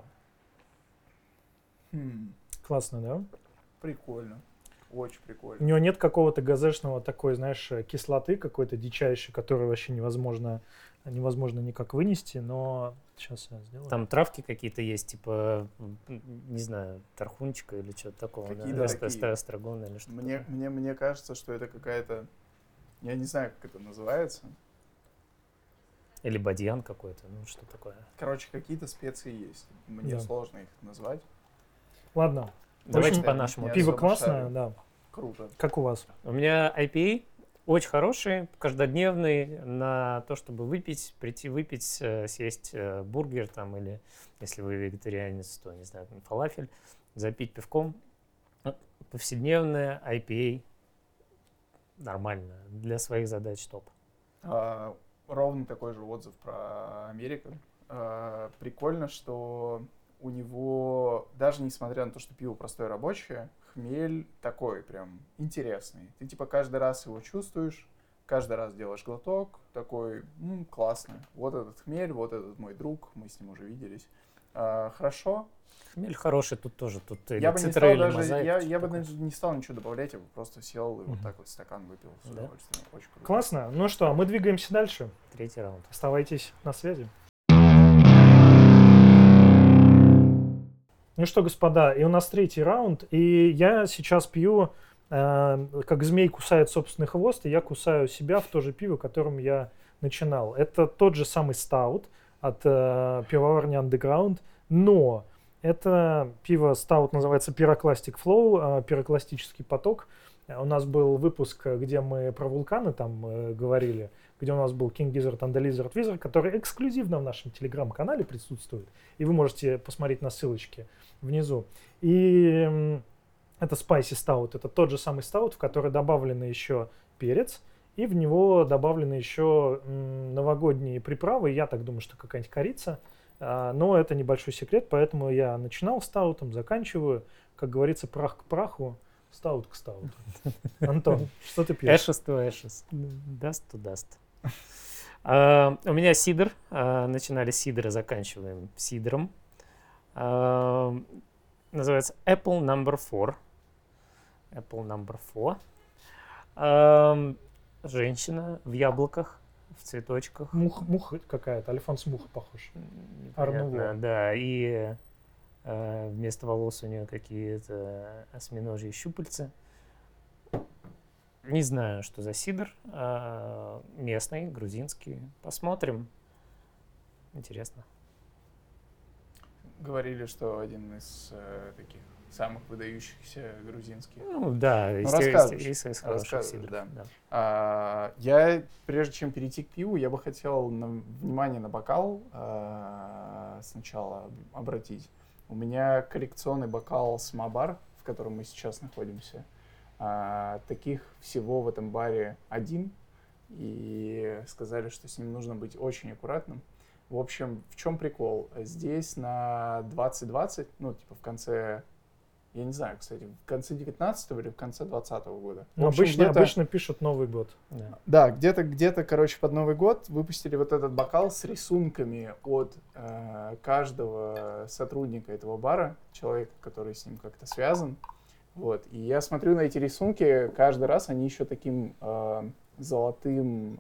[SPEAKER 1] Классно, да?
[SPEAKER 2] Прикольно. Очень
[SPEAKER 1] У
[SPEAKER 2] прикольно.
[SPEAKER 1] него нет какого-то газешного такой, знаешь, кислоты какой-то дичайшей, которую вообще невозможно никак вынести, но сейчас я сделаю.
[SPEAKER 3] Там травки какие-то есть, типа, не знаю, тархунчика или что-то такого,
[SPEAKER 2] Какие-то такие.
[SPEAKER 3] эстрагона или что-то.
[SPEAKER 2] Мне кажется, что это какая-то... Я не знаю, как это называется.
[SPEAKER 3] Или бадьян какой-то, ну что такое.
[SPEAKER 2] Короче, какие-то специи есть. Мне
[SPEAKER 1] Да.
[SPEAKER 2] сложно их назвать.
[SPEAKER 1] Ладно,
[SPEAKER 3] Давайте
[SPEAKER 1] общем,
[SPEAKER 3] по-нашему.
[SPEAKER 2] я
[SPEAKER 1] пиво
[SPEAKER 2] особо
[SPEAKER 1] классное,
[SPEAKER 2] шарю.
[SPEAKER 1] да.
[SPEAKER 2] Круто.
[SPEAKER 1] Как у вас?
[SPEAKER 3] У меня IPA очень хороший, каждодневный, на то, чтобы выпить, прийти выпить, съесть бургер там, или если вы вегетарианец, то, не знаю, фалафель, запить пивком. Повседневное IPA нормально, для своих задач топ.
[SPEAKER 2] Ровно такой же отзыв про Америку. Прикольно, что у него, даже несмотря на то, что пиво простое рабочее, хмель такой прям интересный. Ты типа каждый раз его чувствуешь, каждый раз делаешь глоток, такой, классно. Вот этот хмель, вот этот мой друг, мы с ним уже виделись. Хорошо.
[SPEAKER 3] Хмель хороший тут тоже, тут
[SPEAKER 2] Я бы не
[SPEAKER 3] цитра
[SPEAKER 2] стал
[SPEAKER 3] или
[SPEAKER 2] даже,
[SPEAKER 3] мозаика,
[SPEAKER 2] я
[SPEAKER 3] что-то
[SPEAKER 2] бы
[SPEAKER 3] такое.
[SPEAKER 2] даже не стал ничего добавлять, я бы просто сел и вот
[SPEAKER 1] Мгм.
[SPEAKER 2] так вот стакан выпил с
[SPEAKER 3] Да?
[SPEAKER 2] удовольствием. Очень круто.
[SPEAKER 1] Классно. Ну что, мы двигаемся дальше.
[SPEAKER 3] Третий раунд.
[SPEAKER 1] Оставайтесь на связи. Ну что, господа, и у нас третий раунд, и я сейчас пью, как змей кусает собственный хвост, и я кусаю себя в то же пиво, которым я начинал. Это тот же самый стаут от пивоварни Underground, но это пиво стаут называется Pyroclastic Flow, пирокластический поток. У нас был выпуск, где мы про вулканы там говорили, где у нас был King Gizzard and the Lizard Wizard, который эксклюзивно в нашем телеграм-канале присутствует. И вы можете посмотреть на ссылочке внизу. И это Spicy Stout. Это тот же самый стаут, в который добавлены еще перец, и в него добавлены еще новогодние приправы. Я так думаю, что какая-нибудь корица. Но это небольшой секрет, поэтому я начинал стаутом, заканчиваю. Как говорится, прах к праху, стаут к стауту. Антон, что ты пьешь?
[SPEAKER 3] Ashes to ashes. Dust to dust. У меня сидр. Начинали с сидра, заканчиваем сидром. Называется Apple Number 4. Apple Number 4. Женщина в яблоках, в цветочках.
[SPEAKER 1] Муха какая-то, Альфонс Муха похож.
[SPEAKER 3] Непонятно,
[SPEAKER 1] Арнуво.
[SPEAKER 3] да. И вместо волос у нее какие-то осьминожьи щупальца. Не знаю, что за сидр. Местный, грузинский. Посмотрим. Интересно.
[SPEAKER 2] Говорили, что один из таких самых выдающихся грузинских.
[SPEAKER 3] Ну да,
[SPEAKER 2] Ну,
[SPEAKER 3] из
[SPEAKER 2] расскажешь,
[SPEAKER 3] хороших
[SPEAKER 2] расскажешь,
[SPEAKER 3] сидров.
[SPEAKER 2] да.
[SPEAKER 3] Да.
[SPEAKER 2] Я, прежде чем перейти к пиву, я бы хотел внимание на бокал сначала обратить. У меня коллекционный бокал Самобар, в котором мы сейчас находимся. Таких всего в этом баре один. И сказали, что с ним нужно быть очень аккуратным. В общем, в чем прикол? Здесь на 2020, ну, типа в конце, я не знаю, кстати, в конце 19-го или в конце 20-го года.
[SPEAKER 1] Но
[SPEAKER 2] В общем,
[SPEAKER 1] обычно пишут Новый год.
[SPEAKER 3] Да.
[SPEAKER 2] Да, где-то, короче, под Новый год выпустили вот этот бокал с рисунками от каждого сотрудника этого бара, человека, который с ним как-то связан. Вот. И я смотрю на эти рисунки, каждый раз они еще таким золотыми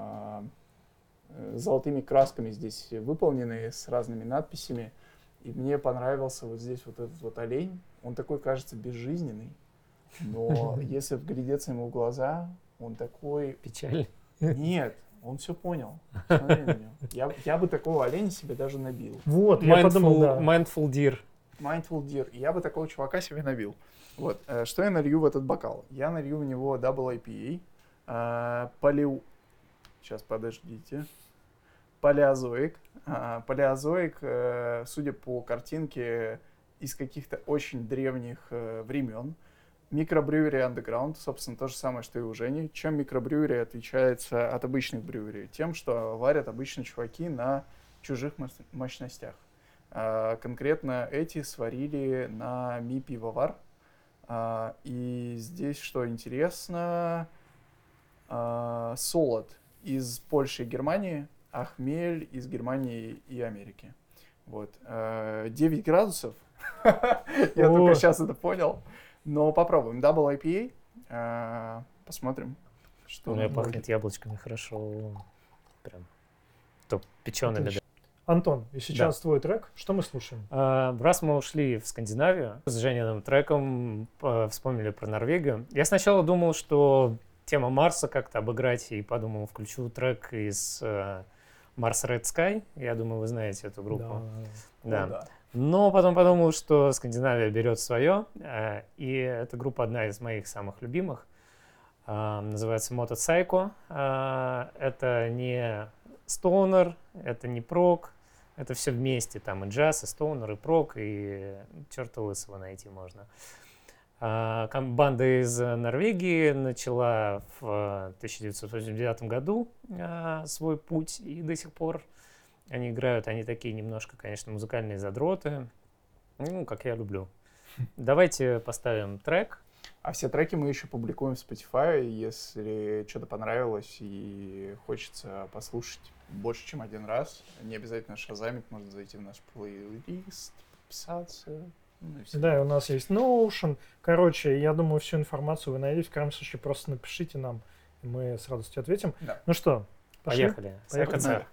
[SPEAKER 2] красками здесь выполнены, с разными надписями. И мне понравился вот здесь вот этот вот олень. Он такой, кажется, безжизненный. Но если вглядеться ему в глаза, он такой...
[SPEAKER 3] Печаль.
[SPEAKER 2] Нет, он все понял. Смотри на него. Я бы такого оленя себе даже набил.
[SPEAKER 1] Вот, я подумал, да.
[SPEAKER 3] Mindful Deer.
[SPEAKER 2] Mindful Deer. Я бы такого чувака себе набил. Вот. Что я налью в этот бокал? Я налью в него Double IPA. Сейчас, подождите. Палеозоик. Палеозоик, судя по картинке, из каких-то очень древних времен. Микробрюери Underground, собственно, то же самое, что и у Жени. Чем микробрюери отличается от обычных брюери? Тем, что варят обычно чуваки на чужих мощностях. Конкретно эти сварили на Ми Пивовар. И здесь, что интересно, солод из Польши и Германии, а хмель из Германии и Америки. Вот. 9 градусов. Я только сейчас это понял. Но попробуем. Double IPA. Посмотрим, что
[SPEAKER 3] У меня
[SPEAKER 2] будет.
[SPEAKER 3] пахнет яблочками хорошо. Прям топ печеными.
[SPEAKER 1] Отлично. Антон, и сейчас
[SPEAKER 3] Да.
[SPEAKER 1] твой трек. Что мы слушаем?
[SPEAKER 3] Раз мы ушли в Скандинавию, с Жениным треком вспомнили про Норвегию. Я сначала думал, что тема Марса как-то обыграть, и подумал, включу трек из Mars Red Sky. Я думаю, вы знаете эту группу.
[SPEAKER 1] Да.
[SPEAKER 2] О, да.
[SPEAKER 3] Но потом подумал, что Скандинавия берет свое, и эта группа одна из моих самых любимых. Называется Moto Psycho. Это не стоунер, это не прог, это все вместе. Там и джаз, и стоунер, и прог, и черта лысого найти можно. Банда из Норвегии начала в 1989 году свой путь, и до сих пор они играют. Они такие немножко, конечно, музыкальные задроты, ну, как я люблю. Давайте поставим трек.
[SPEAKER 2] А все треки мы еще публикуем в Spotify. Если что-то понравилось и хочется послушать больше, чем один раз, не обязательно шазамить, можно зайти в наш плейлист, подписаться. Ну, и всё.
[SPEAKER 1] Да, и у нас есть Notion. Короче, я думаю, всю информацию вы найдете. В крайнем случае, просто напишите нам, и мы с радостью ответим.
[SPEAKER 2] Да.
[SPEAKER 1] Ну что, пошли?
[SPEAKER 3] Поехали.
[SPEAKER 1] Поехали.
[SPEAKER 3] СКЦ.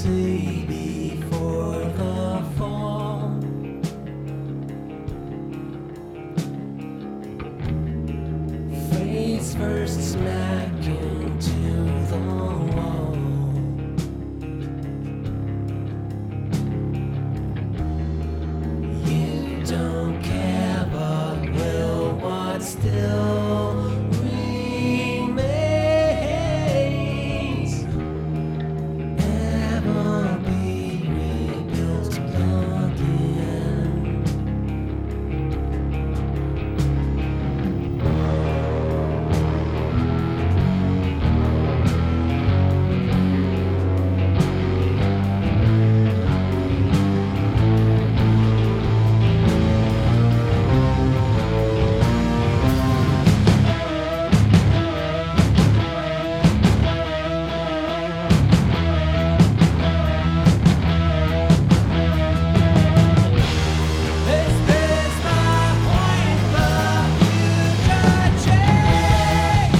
[SPEAKER 6] see before the fall. Face first smack into the wall. You don't care, but will what still remains ever be rebuilt again? This is my point, the future change.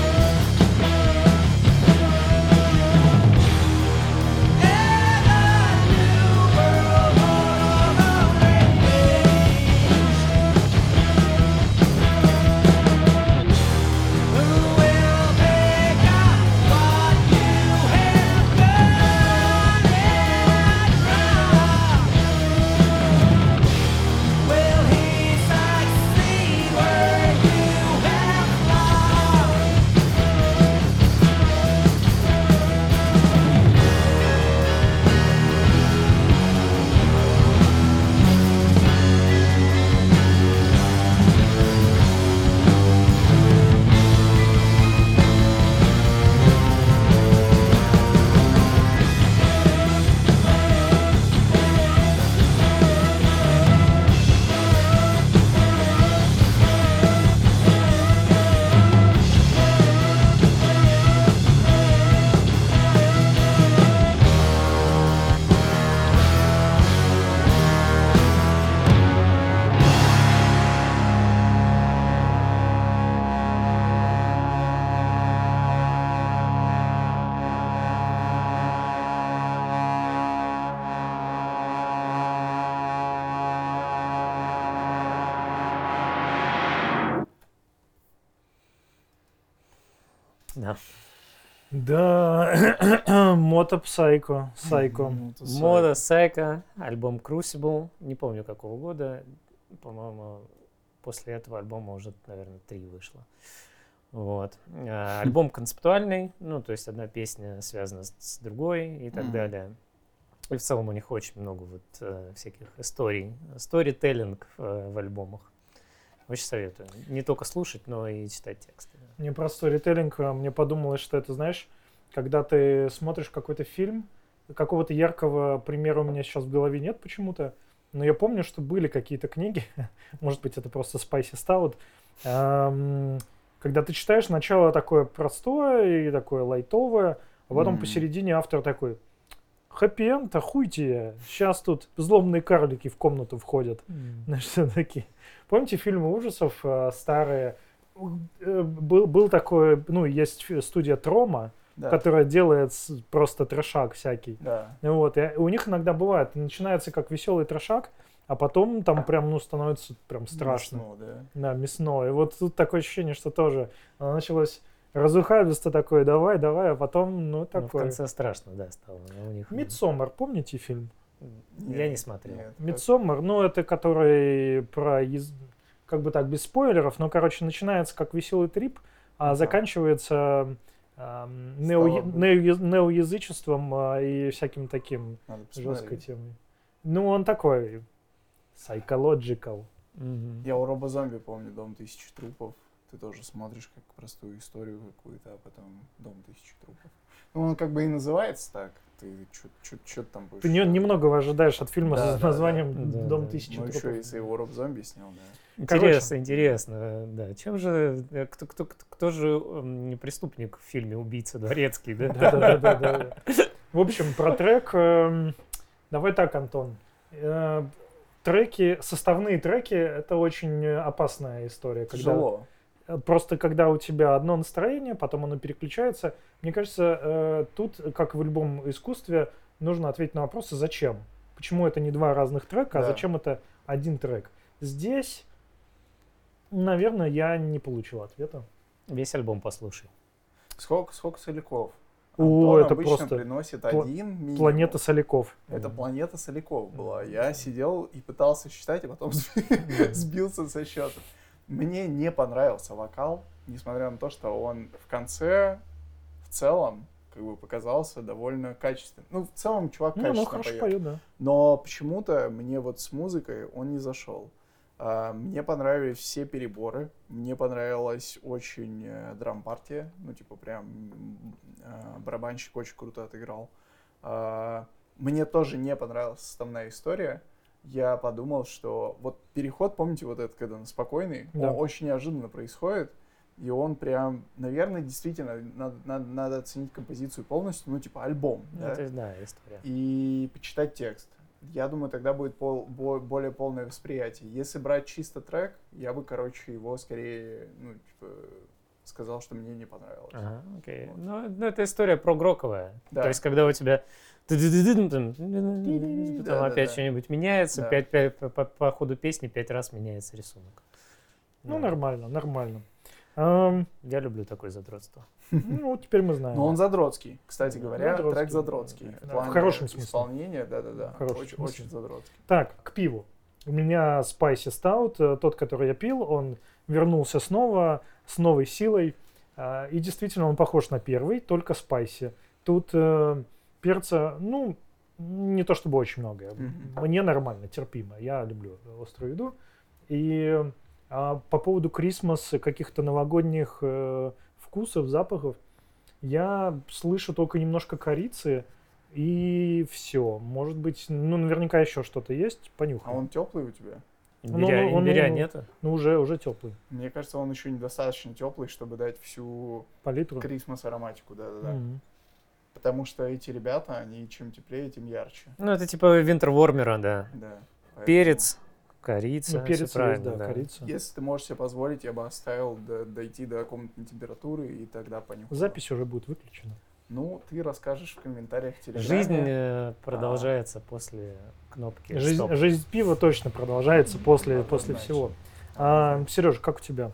[SPEAKER 6] And a new world order arranged. Who will pick up what you have done and wrong? Will he succeed where you have lost?
[SPEAKER 3] Да.
[SPEAKER 1] Да, Мото Псайко, Сайко.
[SPEAKER 3] Мода Сайко, альбом Crucible, не помню какого года, по-моему, после этого альбома уже, наверное, 3 вышло. Вот. Альбом концептуальный, ну, то есть одна песня связана с другой и так далее. И в целом у них очень много вот всяких историй, сторителлинг в альбомах. Очень советую. Не только слушать, но и читать тексты.
[SPEAKER 1] Мне про сторителлинг, мне подумалось, что это, знаешь, когда ты смотришь какой-то фильм, какого-то яркого примера у меня сейчас в голове нет почему-то, но я помню, что были какие-то книги, может быть, это просто Spicy Stout, когда ты читаешь, начало такое простое и такое лайтовое, а потом посередине автор такой: хэппи-энд, охуйте, сейчас тут злобные карлики в комнату входят. Знаешь, что такие. Помните фильмы ужасов старые? Был такой, ну, есть студия Трома,
[SPEAKER 2] Да.
[SPEAKER 1] которая делает просто трешак всякий.
[SPEAKER 2] Да.
[SPEAKER 1] Вот, и у них иногда бывает, начинается как веселый трешак, а потом там прям, ну, становится прям страшно.
[SPEAKER 2] Мясно, да.
[SPEAKER 1] Да, мясное. И вот тут такое ощущение, что тоже оно началось разухабисто такое, давай, а потом, ну,
[SPEAKER 3] Ну, в
[SPEAKER 1] такое.
[SPEAKER 3] конце страшно, да, стало. Но у них...
[SPEAKER 1] Мидсоммар, помните фильм?
[SPEAKER 3] Я не смотрел.
[SPEAKER 2] Нет,
[SPEAKER 1] Мидсоммар, ну, это который про, как бы так, без спойлеров, но, короче, начинается как веселый трип, а
[SPEAKER 2] Ага.
[SPEAKER 1] заканчивается неоязычеством и всяким таким
[SPEAKER 2] надо
[SPEAKER 1] жесткой
[SPEAKER 2] посмотреть.
[SPEAKER 1] темой. Ну, он такой psychological.
[SPEAKER 3] Мгм.
[SPEAKER 2] Я у Робо-зомби помню «Дом тысячи трупов». Ты тоже смотришь как простую историю какую-то, а потом «Дом тысячи трупов». Ну, он как бы и называется так. Ты что там будешь?
[SPEAKER 1] Ты немного ожидаешь от фильма
[SPEAKER 2] Да,
[SPEAKER 1] с
[SPEAKER 2] да,
[SPEAKER 1] названием
[SPEAKER 3] да.
[SPEAKER 1] «Дом
[SPEAKER 3] Да.
[SPEAKER 1] тысячи
[SPEAKER 2] Ну,
[SPEAKER 1] трупов».
[SPEAKER 2] еще если его Роб-зомби снял, да.
[SPEAKER 3] Интересно, интересно, да. Чем же, кто же не преступник в фильме «Убийца Дворецкий», да?
[SPEAKER 1] Да. В общем, про трек. Давай так, Антон. Треки, составные треки — это очень опасная история.
[SPEAKER 2] Тяжело.
[SPEAKER 1] Просто когда у тебя одно настроение, потом оно переключается. Мне кажется, тут, как в любом искусстве, нужно ответить на вопрос, зачем. Почему это не два разных трека, а
[SPEAKER 2] Да.
[SPEAKER 1] зачем это один трек. Здесь, наверное, я не получил ответа.
[SPEAKER 3] Весь альбом послушай.
[SPEAKER 2] Сколько соляков?
[SPEAKER 1] О,
[SPEAKER 2] Антон
[SPEAKER 1] это
[SPEAKER 2] обычно
[SPEAKER 1] просто
[SPEAKER 2] приносит
[SPEAKER 1] пла-
[SPEAKER 2] один минимум.
[SPEAKER 1] планета соляков.
[SPEAKER 2] Это планета соляков была. Я сидел и пытался считать, а потом сбился со счета. Мне не понравился вокал, несмотря на то, что он в конце, в целом, как бы показался довольно качественным. Ну, в целом, чувак
[SPEAKER 1] Ну,
[SPEAKER 2] качественно
[SPEAKER 1] хорошо
[SPEAKER 2] поет.
[SPEAKER 1] поет, да.
[SPEAKER 2] Но почему-то мне вот с музыкой он не зашел. Мне понравились все переборы, мне понравилась очень драм-партия, ну, типа, прям барабанщик очень круто отыграл. Мне тоже не понравилась составная история. Я подумал, что вот переход, помните, вот этот, когда он спокойный,
[SPEAKER 1] Да.
[SPEAKER 2] он очень неожиданно происходит, и он прям, наверное, действительно, надо оценить композицию полностью, ну, типа, альбом, да?
[SPEAKER 3] Это, да, история.
[SPEAKER 2] И почитать текст. Я думаю, тогда будет более полное восприятие. Если брать чисто трек, я бы, короче, его скорее, ну, типа, сказал, что мне не понравилось.
[SPEAKER 3] Ага, окей.
[SPEAKER 2] Вот.
[SPEAKER 3] Ну, это история прогроковая.
[SPEAKER 2] Да.
[SPEAKER 3] То есть, когда у тебя там
[SPEAKER 2] Да,
[SPEAKER 3] опять
[SPEAKER 2] да.
[SPEAKER 3] что-нибудь меняется,
[SPEAKER 2] Да.
[SPEAKER 3] по ходу песни 5 раз меняется рисунок.
[SPEAKER 1] Ну,
[SPEAKER 3] Да.
[SPEAKER 1] нормально, нормально.
[SPEAKER 3] Я люблю такое задротство.
[SPEAKER 1] Ну, вот теперь мы знаем.
[SPEAKER 2] Но он задротский, кстати говоря,
[SPEAKER 1] Задротский.
[SPEAKER 2] трек задротский.
[SPEAKER 1] Да, в
[SPEAKER 2] плане
[SPEAKER 1] хорошем смысле.
[SPEAKER 2] Исполнения, да-да-да,
[SPEAKER 1] В хорошем
[SPEAKER 2] очень,
[SPEAKER 1] смысле.
[SPEAKER 2] очень задротский.
[SPEAKER 1] Так, к пиву. У меня Spicy Stout, тот, который я пил, он вернулся снова, с новой силой. И действительно, он похож на первый, только Spicy. Тут перца, ну, не то чтобы очень много.
[SPEAKER 2] Мгм.
[SPEAKER 1] Мне нормально, терпимо. Я люблю острую еду. И по поводу Christmas, каких-то новогодних вкусов, запахов, я слышу только немножко корицы, и все. Может быть, ну, наверняка еще что-то есть.
[SPEAKER 2] А
[SPEAKER 1] Понюхаем.
[SPEAKER 2] он теплый у тебя?
[SPEAKER 3] Имбиря,
[SPEAKER 1] он-
[SPEAKER 3] имбиря
[SPEAKER 1] он-
[SPEAKER 3] нету?
[SPEAKER 1] Ну, уже теплый.
[SPEAKER 2] Мне кажется, он еще недостаточно теплый, чтобы дать всю
[SPEAKER 1] По литру.
[SPEAKER 2] Крисмас ароматику, да-да-да.
[SPEAKER 1] Мгм.
[SPEAKER 2] Потому что эти ребята, они чем теплее, тем ярче.
[SPEAKER 3] Ну, это типа винтервормера, да.
[SPEAKER 2] Да. Поэтому,
[SPEAKER 3] Перец, корица,
[SPEAKER 1] Ну, перец
[SPEAKER 3] всё
[SPEAKER 1] есть,
[SPEAKER 3] правильно,
[SPEAKER 1] да,
[SPEAKER 3] да.
[SPEAKER 1] корица.
[SPEAKER 2] Если ты можешь себе позволить, я бы оставил дойти до комнатной температуры и тогда понюхал.
[SPEAKER 1] Запись уже будет выключена.
[SPEAKER 2] Ну, ты расскажешь в комментариях в Телеграме.
[SPEAKER 3] Жизнь продолжается после кнопки
[SPEAKER 1] Жизнь,
[SPEAKER 3] «Стоп».
[SPEAKER 1] жизнь пива точно продолжается после
[SPEAKER 2] Однозначно.
[SPEAKER 1] всего.
[SPEAKER 2] Однозначно.
[SPEAKER 1] Сереж, как у тебя?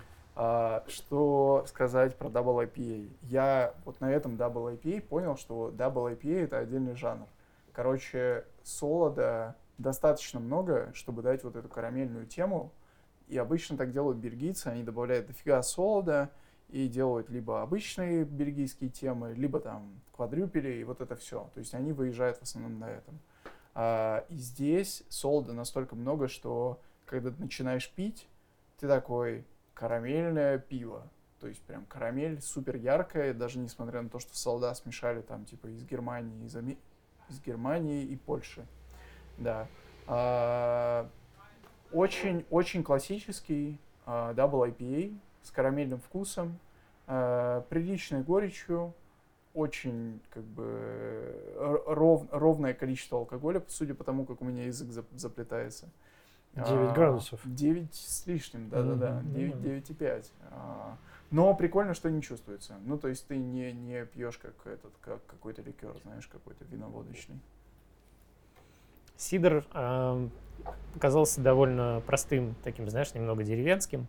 [SPEAKER 2] Что сказать про Double IPA? Я вот на этом Double IPA понял, что Double IPA — это отдельный жанр. Короче, солода достаточно много, чтобы дать вот эту карамельную тему. И обычно так делают бельгийцы, они добавляют дофига солода и делают либо обычные бельгийские темы, либо там квадрюпели и вот это все. То есть они выезжают в основном на этом. И здесь солода настолько много, что когда ты начинаешь пить, ты такой: карамельное пиво. То есть прям карамель супер яркая, даже несмотря на то, что солода смешали там типа из Германии, из Германии и Польши. Да. Очень классический Double IPA с карамельным вкусом, приличной горечью, очень как бы ровное количество алкоголя, судя по тому, как у меня язык заплетается.
[SPEAKER 1] 9 градусов.
[SPEAKER 2] 9 с лишним, да-да-да,
[SPEAKER 1] Мгм,
[SPEAKER 2] 9,5. Но прикольно, что не чувствуется. Ну, то есть ты не пьешь как какой-то ликер, знаешь, какой-то виноводочный.
[SPEAKER 3] Сидр оказался довольно простым, таким, знаешь, немного деревенским.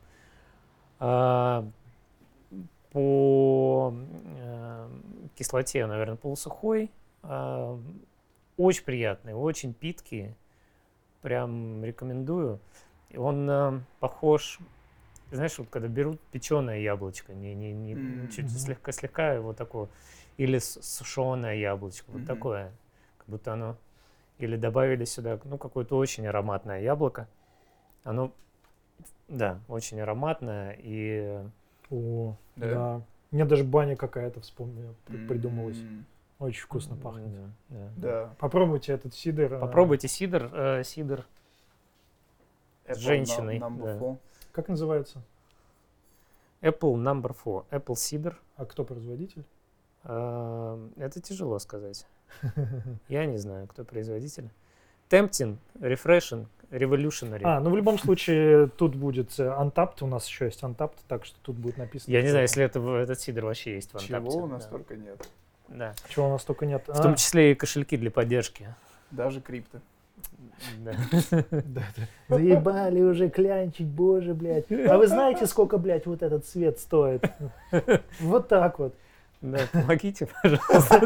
[SPEAKER 3] По кислоте, наверное, полусухой. Очень приятный, очень питкий. Прям рекомендую. И он похож, знаешь, вот когда берут печеное яблочко, чуть слегка его такого, или сушеное яблочко, вот такое, как будто оно, или добавили сюда, ну, какое-то очень ароматное яблоко. Оно, да, очень ароматное и...
[SPEAKER 1] О,
[SPEAKER 2] Да?
[SPEAKER 1] да. Мне даже баня какая-то придумалась. Очень вкусно пахнет.
[SPEAKER 2] Да.
[SPEAKER 1] Попробуйте этот сидр.
[SPEAKER 3] Попробуйте сидр, сидр с
[SPEAKER 2] Apple
[SPEAKER 3] женщиной.
[SPEAKER 2] Number
[SPEAKER 3] Да.
[SPEAKER 2] Four.
[SPEAKER 1] Как называется?
[SPEAKER 3] Apple Number 4, Apple Cider.
[SPEAKER 1] А кто производитель?
[SPEAKER 3] Это тяжело сказать. Я не знаю, кто производитель. Tempting, Refreshing, Revolutionary.
[SPEAKER 1] Ну в любом случае тут будет Untapped, у нас еще есть Untapped, так что тут будет написано.
[SPEAKER 3] Я не
[SPEAKER 1] что-
[SPEAKER 3] знаю, если этот сидр вообще есть в Untapped.
[SPEAKER 2] Чего у
[SPEAKER 3] да.
[SPEAKER 2] нас только нет.
[SPEAKER 3] Да.
[SPEAKER 1] Чего у нас только нет.
[SPEAKER 3] В том числе и кошельки для поддержки.
[SPEAKER 2] Даже крипто.
[SPEAKER 3] Да.
[SPEAKER 1] Заебали уже клянчить, боже, блядь. А вы знаете, сколько, блядь, вот этот свет стоит? Вот так вот.
[SPEAKER 3] Да, помогите, пожалуйста.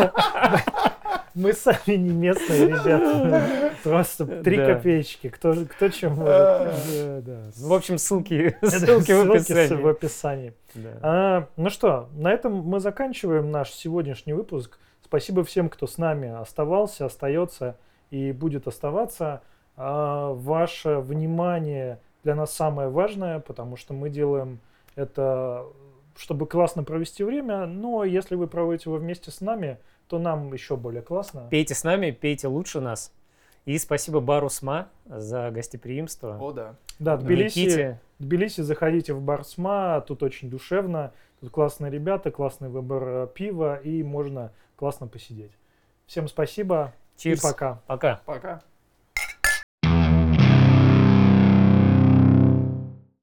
[SPEAKER 1] Мы сами не местные, ребята. Просто 3
[SPEAKER 3] Да.
[SPEAKER 1] копеечки. Кто чем может.
[SPEAKER 3] Да, да. Ну, в общем, ссылки в
[SPEAKER 1] Ссылки в
[SPEAKER 3] описании.
[SPEAKER 1] описании.
[SPEAKER 3] Да.
[SPEAKER 1] Ну что, на этом мы заканчиваем наш сегодняшний выпуск. Спасибо всем, кто с нами оставался, остается и будет оставаться. Ваше внимание для нас самое важное, потому что мы делаем это, чтобы классно провести время. Но если вы проводите его вместе с нами, то нам еще более классно.
[SPEAKER 3] Пейте с нами, пейте лучше нас. И спасибо бару СМА за гостеприимство.
[SPEAKER 2] О, да.
[SPEAKER 1] Да,
[SPEAKER 3] Никите.
[SPEAKER 1] Тбилиси, заходите в бар СМА, тут очень душевно, тут классные ребята, классный выбор пива и можно классно посидеть. Всем спасибо
[SPEAKER 3] Cheers.
[SPEAKER 1] и пока.
[SPEAKER 3] Пока.
[SPEAKER 2] Пока.